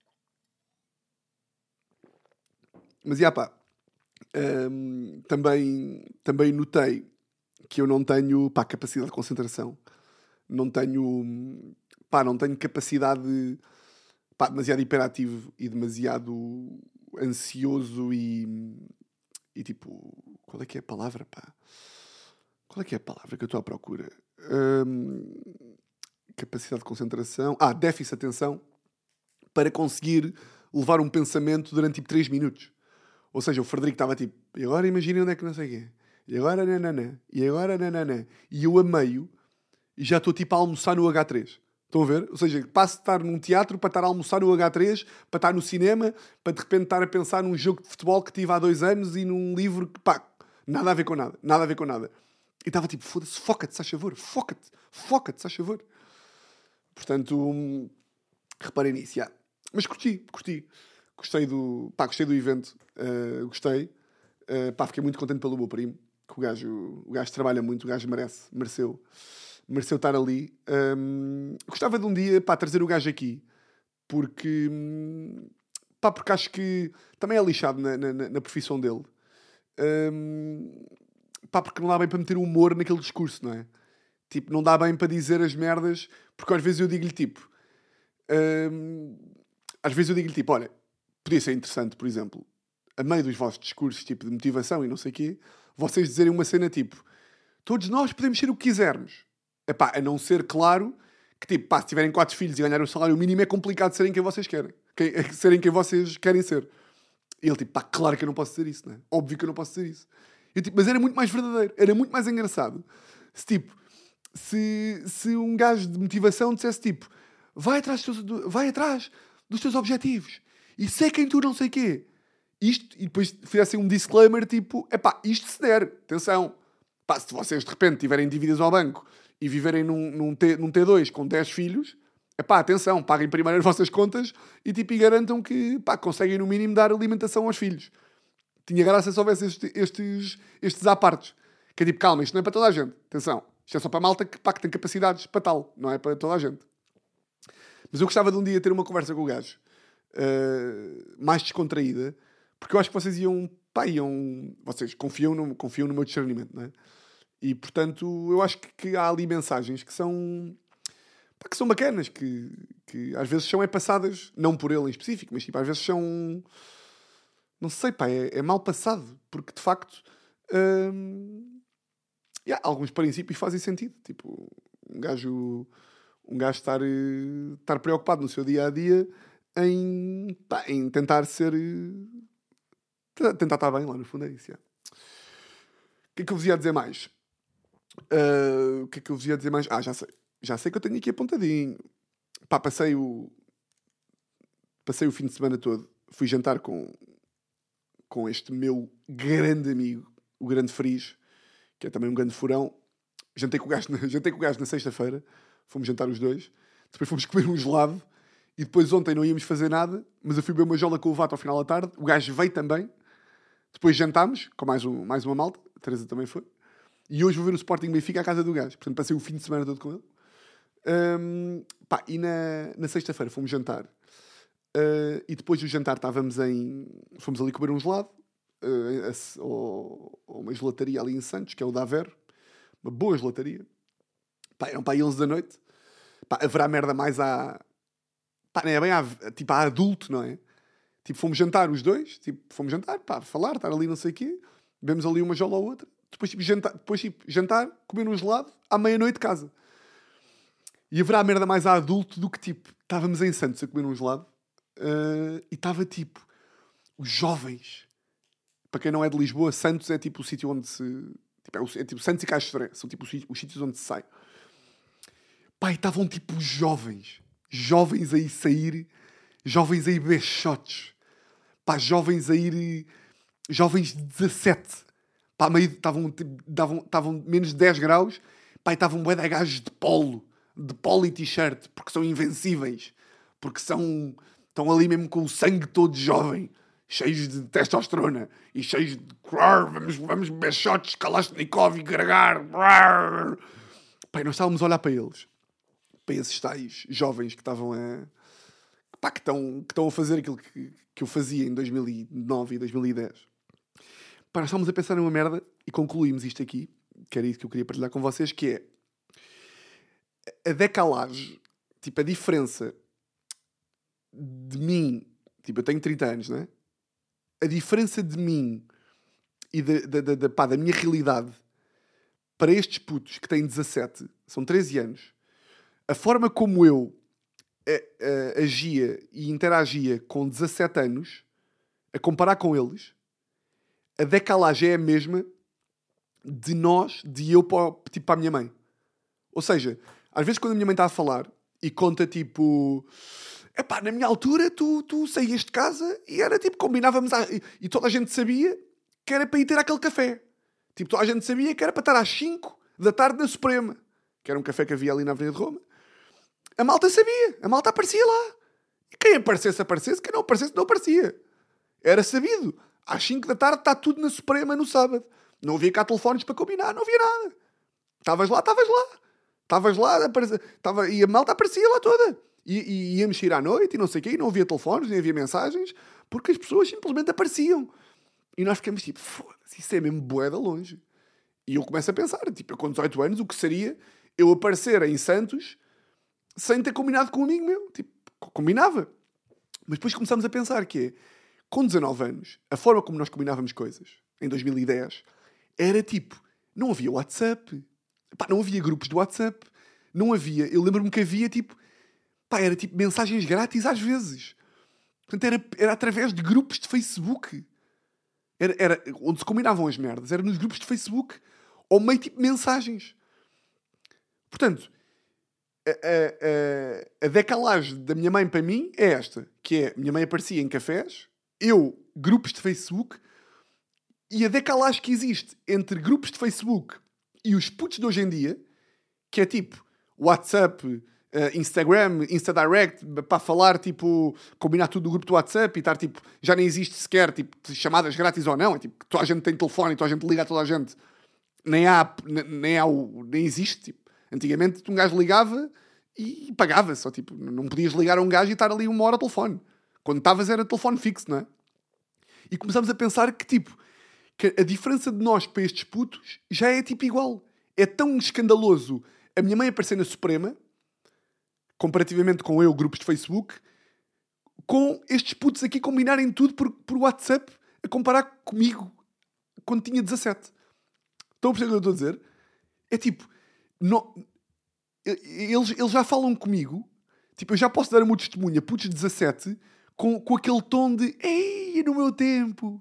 Mas, já pá... Um, também, também notei que eu não tenho, pá, capacidade de concentração. Não tenho, pá, não tenho capacidade, pá, demasiado hiperativo e demasiado ansioso e, e tipo, qual é que é a palavra, pá? Qual é que é a palavra que eu estou à procura? Um, capacidade de concentração. Ah, déficit de atenção para conseguir levar um pensamento durante tipo três minutos. Ou seja, o Frederico estava tipo, e agora imaginem onde é que não sei o quê. E agora nananã. E agora nananã. E eu a meio, e já estou tipo a almoçar no agá três. Estão a ver? Ou seja, passo de estar num teatro para estar a almoçar no agá três, para estar no cinema, para de repente estar a pensar num jogo de futebol que tive há dois anos e num livro que, pá, nada a ver com nada. Nada a ver com nada. E estava tipo, foda-se, foca-te, se faz favor. Foca-te, foca-te, se faz favor. Portanto, hum, reparem nisso, já. Mas curti, curti. Gostei do, pá, gostei do evento, uh, gostei. Uh, pá, fiquei muito contente pelo meu primo, que o gajo, o gajo trabalha muito, o gajo merece, mereceu, mereceu estar ali. Um, gostava de um dia, pá, trazer o gajo aqui, porque, pá, porque acho que também é lixado na, na, na profissão dele. Um, pá, porque não dá bem para meter humor naquele discurso, não é? Tipo, não dá bem para dizer as merdas, porque às vezes eu digo-lhe tipo, um, às vezes eu digo-lhe tipo, olha, podia ser interessante, por exemplo, a meio dos vossos discursos tipo de motivação e não sei o quê, vocês dizerem uma cena tipo, todos nós podemos ser o que quisermos. Epá, a não ser claro que tipo, pá, se tiverem quatro filhos e ganharem o salário mínimo é complicado serem quem vocês querem. Quem, serem quem vocês querem ser. E ele tipo, pá, claro que eu não posso dizer isso, não é? Óbvio que eu não posso dizer isso. Eu, tipo, mas era muito mais verdadeiro, era muito mais engraçado. Se tipo, se, se um gajo de motivação dissesse tipo, vai atrás, dos teus, vai atrás dos teus objetivos e sei quem tu não sei quê. Isto, e depois fizessem um disclaimer tipo, epá, isto se der, atenção, pá, se vocês de repente tiverem dívidas ao banco e viverem num, num, T, num T dois com dez filhos, epá, atenção, paguem primeiro as vossas contas e tipo, e garantam que, pá, conseguem no mínimo dar alimentação aos filhos. Tinha graça se houvesse estes, estes, estes apartes. Que é tipo, calma, isto não é para toda a gente. Atenção, isto é só para a malta que, pá, que tem capacidades para tal. Não é para toda a gente. Mas eu gostava de um dia ter uma conversa com o gajo. Uh, mais descontraída. Porque eu acho que vocês iam... Pá, iam... Vocês confiam no, confiam no meu discernimento, não é? E, portanto, eu acho que, que há ali mensagens que são... Pá, que são bacanas. Que, que às vezes são é passadas... Não por ele em específico, mas tipo, às vezes são... Não sei, pá, é, é mal passado. Porque, de facto, hum, yeah, alguns princípios fazem sentido. Tipo, um gajo, um gajo estar, estar preocupado no seu dia-a-dia em, pá, em tentar ser... Tentar estar bem lá, no fundo, é isso. Yeah. O que é que eu vos ia dizer mais? Uh, o que é que eu vos ia dizer mais? Ah, já sei. Já sei que eu tenho aqui apontadinho. Pá, passei o... Passei o fim de semana todo. Fui jantar com... com este meu grande amigo, o grande Friz, que é também um grande furão. Jantei com o gajo na, jantei com o gajo na sexta-feira, fomos jantar os dois, depois fomos comer um gelado, e depois ontem não íamos fazer nada, mas eu fui beber uma jola com o Vato ao final da tarde, o gajo veio também, depois jantámos, com mais, um, mais uma malta, a Teresa também foi, e hoje vou ver o Sporting Benfica à casa do gajo, portanto passei o fim de semana todo com ele. Um, pá, e na, na sexta-feira fomos jantar. Uh, e depois do jantar estávamos em... Fomos ali comer um gelado uh, ou, ou uma gelataria ali em Santos, que é o da Aveiro. Uma boa gelataria. Pá, eram para aí onze da noite. Pá, haverá merda mais à... Pá, não é bem à, tipo, à adulto, não é? Tipo, fomos jantar os dois. Tipo, fomos jantar, pá, falar, estar ali não sei o quê. Bebemos ali uma jola ou outra. Depois, tipo, jantar, depois, tipo, jantar comer um gelado, à meia-noite de casa. E haverá merda mais à adulto do que, tipo, estávamos em Santos a comer um gelado. Uh, e estava tipo os jovens, para quem não é de Lisboa, Santos é tipo o sítio onde se tipo, é, o, é tipo Santos e Castro São tipo os, os sítios onde se sai. Pá, e estavam tipo os jovens jovens a ir sair, jovens a ir beber shots, pá, jovens a ir, jovens de dezassete, pá, meio estavam estavam menos de dez graus, pá, e estavam bué de gajos de polo de polo e t-shirt, porque são invencíveis, porque são estão ali mesmo com o sangue todo jovem, cheios de testosterona e cheios de... Vamos, vamos beber shots, Kalashnikov e gregar. Pai, nós estávamos a olhar para eles. Para esses tais jovens que estavam a... Pá, que estão, que estão a fazer aquilo que, que eu fazia em dois mil e nove e dois mil e dez. Pá, nós estávamos a pensar numa merda e concluímos isto aqui, que era isso que eu queria partilhar com vocês, que é a decalagem, tipo a diferença de mim, tipo, eu tenho trinta anos, não é? A diferença de mim e de, de, de, de, pá, da minha realidade para estes putos que têm dezassete, são treze anos, a forma como eu a, a, agia e interagia com dezassete anos, a comparar com eles, a decalagem é a mesma de nós, de eu para, tipo, para a minha mãe. Ou seja, às vezes quando a minha mãe está a falar e conta tipo... Epá, na minha altura, tu, tu saías de casa e era tipo, combinávamos... A, e, e toda a gente sabia que era para ir ter aquele café. Tipo, toda a gente sabia que era para estar às cinco da tarde na Suprema. Que era um café que havia ali na Avenida de Roma. A malta sabia. A malta aparecia lá. E quem aparecesse, aparecesse. Quem não aparecesse, não aparecia. Era sabido. Às cinco da tarde está tudo na Suprema no sábado. Não havia cá telefones para combinar. Não havia nada. Estavas lá, estavas lá. Estavas lá. Aparecia, tava, e a malta aparecia lá toda. E, e íamos ir à noite e não sei o quê, e não havia telefones, nem havia mensagens, porque as pessoas simplesmente apareciam. E nós ficamos tipo, foda-se, isso é mesmo bué de longe. E eu começo a pensar, tipo, eu com dezoito anos, o que seria eu aparecer em Santos sem ter combinado com um amigo meu? Tipo, combinava. Mas depois começamos a pensar que é, com dezanove anos, a forma como nós combinávamos coisas, em dois mil e dez, era tipo, não havia WhatsApp. Pá, não havia grupos de WhatsApp. Não havia, eu lembro-me que havia tipo, pá, era tipo mensagens grátis às vezes. Portanto, era, era através de grupos de Facebook. Era, era, onde se combinavam as merdas era nos grupos de Facebook ou meio tipo mensagens. Portanto, a, a, a, a decalagem da minha mãe para mim é esta, que é, minha mãe aparecia em cafés, eu, grupos de Facebook, e a decalagem que existe entre grupos de Facebook e os putos de hoje em dia, que é tipo WhatsApp, uh, Instagram, InstaDirect, para falar, tipo, combinar tudo no grupo do WhatsApp e estar, tipo, já nem existe sequer, tipo, chamadas grátis ou não, é tipo, toda a gente tem telefone e toda a gente liga a toda a gente, nem há, nem há, nem existe, tipo. Antigamente um gajo ligava e pagava só, tipo, não podias ligar a um gajo e estar ali uma hora ao telefone. Quando estavas era telefone fixo, não é? E começámos a pensar que, tipo, que a diferença de nós para estes putos já é, tipo, igual. É tão escandaloso a minha mãe aparecer na Suprema, comparativamente com eu, grupos de Facebook, com estes putos aqui combinarem tudo por, por WhatsApp, a comparar comigo quando tinha dezassete. Estão a perceber o que eu estou a dizer? É tipo... Não, eles, eles já falam comigo, tipo, eu já posso dar o meu testemunho a putos de dezassete com, com aquele tom de ei, no meu tempo.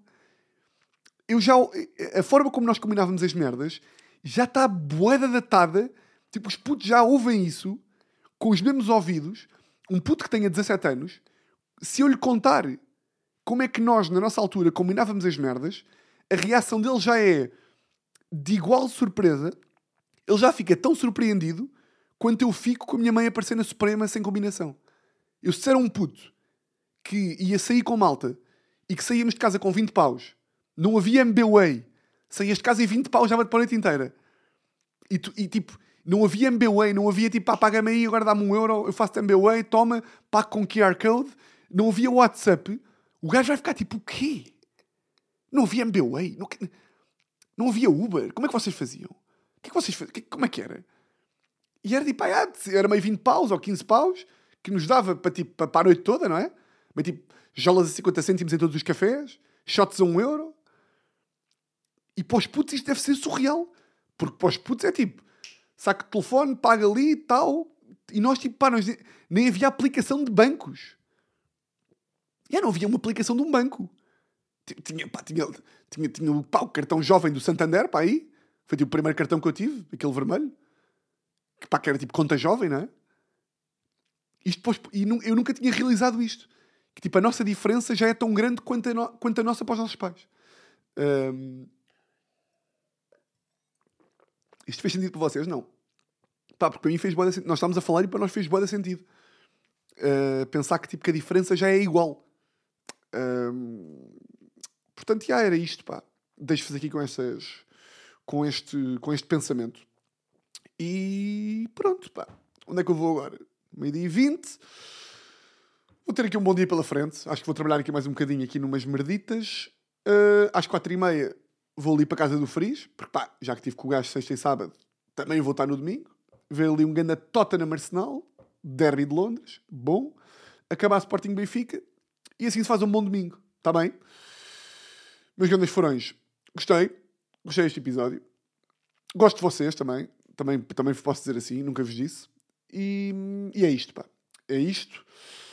Eu já, a forma como nós combinávamos as merdas já está bué datada. Tipo, os putos já ouvem isso com os mesmos ouvidos. Um puto que tenha dezassete anos, se eu lhe contar como é que nós, na nossa altura, combinávamos as merdas, a reação dele já é de igual surpresa. Ele já fica tão surpreendido quanto eu fico com a minha mãe aparecer na Suprema sem combinação. Eu, se era um puto que ia sair com malta e que saíamos de casa com vinte paus, não havia M B Way, saías de casa e vinte paus já para a noite inteira. E, tu, e tipo, não havia M B Way, não havia tipo, pá, paga-me aí, agora dá-me um euro, eu faço M B Way, toma, pago com Q R Code. Não havia WhatsApp. O gajo vai ficar tipo, o quê? Não havia M B Way? Não, não havia Uber? Como é que vocês faziam? O que é que vocês faziam? Como é que era? E era tipo, ah, era meio vinte paus ou quinze paus que nos dava para, tipo, para a noite toda, não é? Meio tipo, jolas a cinquenta cêntimos em todos os cafés, shots a um euro. E para os putos isto deve ser surreal. Porque para os putos é tipo, saca o telefone, paga ali e tal. E nós, tipo, pá, nós, nem havia aplicação de bancos. E não havia uma aplicação de um banco. Tinha, pá, tinha, tinha, tinha pá, o cartão jovem do Santander, pá, aí. Foi tipo o primeiro cartão que eu tive, aquele vermelho. Que, pá, que era tipo conta jovem, não é? Isto depois, e eu nunca tinha realizado isto. Que tipo, a nossa diferença já é tão grande quanto a, no, quanto a nossa para os nossos pais. Um... Isto fez sentido para vocês? Não. Pá, porque para mim fez boa sentido. Nós estávamos a falar e para nós fez boa sentido. Uh, pensar que, tipo, que a diferença já é igual. Um... Portanto, já era isto, pá. Deixo-vos aqui com, essas, com, este, com este pensamento. E pronto, pá. Onde é que eu vou agora? meio-dia e vinte. Vou ter aqui um bom dia pela frente. Acho que vou trabalhar aqui mais um bocadinho aqui numas merditas. Uh, às quatro e meia vou ali para a casa do Friz. Porque pá, já que estive com o gajo sexta e sábado, também vou estar no domingo. Ver ali um ganda Tottenham Arsenal. Derby de Londres. Bom. Acabar Sporting Benfica. E assim se faz um bom domingo. Está bem? Meus grandes furões. Gostei. Gostei deste episódio. Gosto de vocês também. Também, também posso dizer assim. Nunca vos disse. E, e é isto, pá. É isto.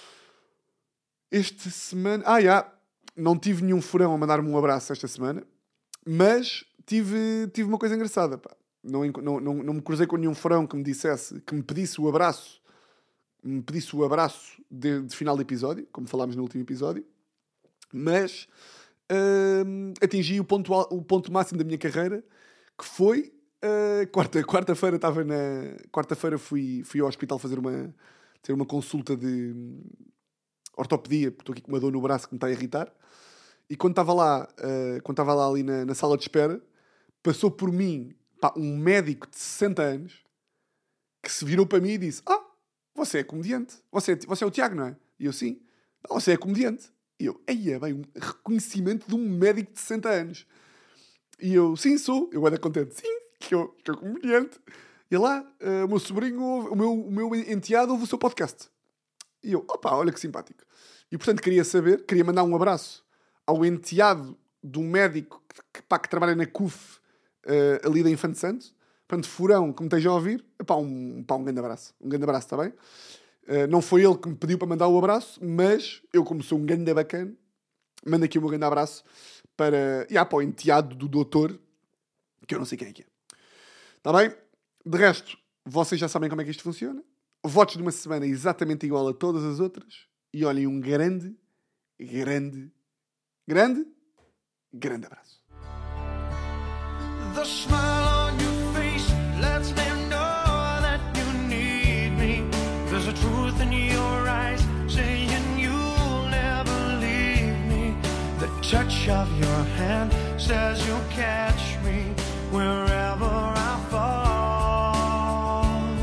Esta semana... Ah, já. Não tive nenhum furão a mandar-me um abraço esta semana. Mas tive, tive uma coisa engraçada, pá. Não, não, não, não me cruzei com nenhum furão que me dissesse, que me pedisse o abraço, me pedisse o abraço de, de final de episódio, como falámos no último episódio. Mas hum, atingi o ponto, o ponto máximo da minha carreira, que foi... Uh, quarta, quarta-feira estava na... Quarta-feira fui, fui ao hospital fazer uma... ter uma consulta de ortopedia, porque estou aqui com uma dor no braço que me está a irritar. E quando estava lá, uh, quando estava lá ali na, na sala de espera, passou por mim, pá, um médico de sessenta anos que se virou para mim e disse: ah, você é comediante. Você é, você é o Tiago, não é? E eu, sim. Ah, você é comediante. E eu, eia, bem, um reconhecimento de um médico de sessenta anos. E eu, sim, sou. Eu era contente. Sim, que eu sou comediante. E lá, uh, o meu sobrinho, o meu, o meu enteado ouve o seu podcast. E eu, opa, olha que simpático. E portanto queria saber, queria mandar um abraço ao enteado de um médico que, pá, que trabalha na C U F uh, ali da Infante Santo. Portanto, furão que me esteja a ouvir, pá, um, pá, um grande abraço. Um grande abraço, está bem? Uh, não foi ele que me pediu para mandar o abraço, mas eu, como sou um grande bacana, Manda aqui um grande abraço para, yeah, para o enteado do doutor, que eu não sei quem é que é. Está bem? De resto, vocês já sabem como é que isto funciona. Votos de uma semana exatamente igual a todas as outras. E olhem, um grande, grande, grande, grande abraço. The smile on your face lets me know that you need me. There's a truth in your eyes saying you'll never leave me. The touch of your hand says you'll catch me wherever I fall.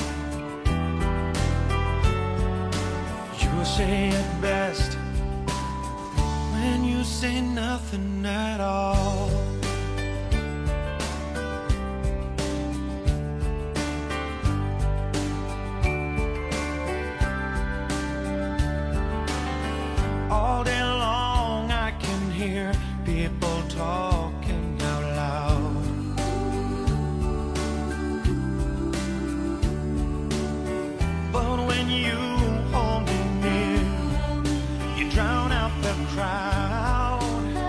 You say it best when you say nothing at all. All day long I can hear people talking out loud. But when you hold me near, you drown out the crowd.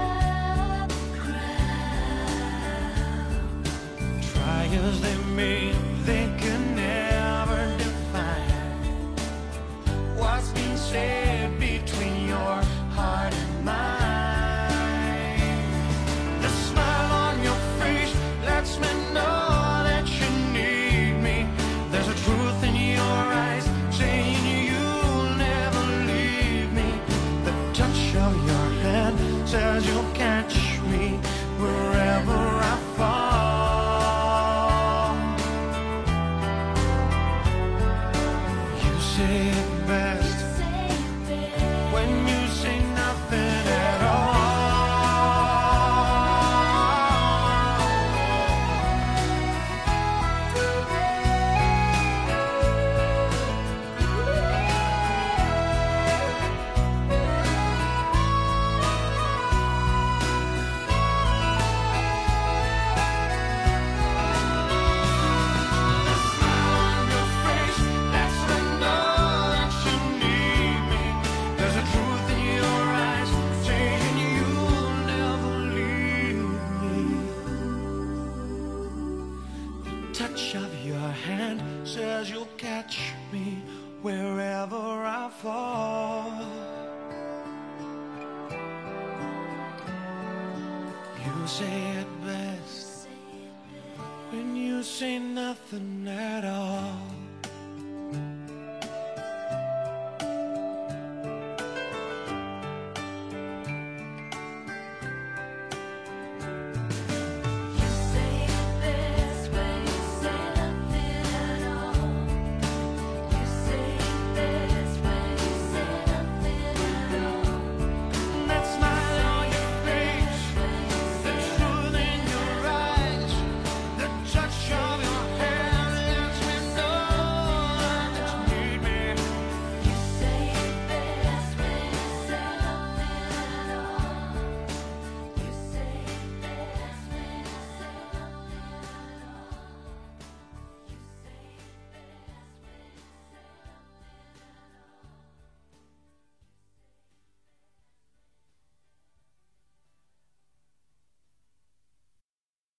Try as they may, they can never define what's been said between your heart and mine. The smile on your face lets me know that you need me. There's a truth in your eyes saying you'll never leave me. The touch of your hand says you'll catch me wherever I fall. You say it best when you say nothing at all. Touch of your hand says you'll catch me wherever I fall. You say it best when you say nothing at all.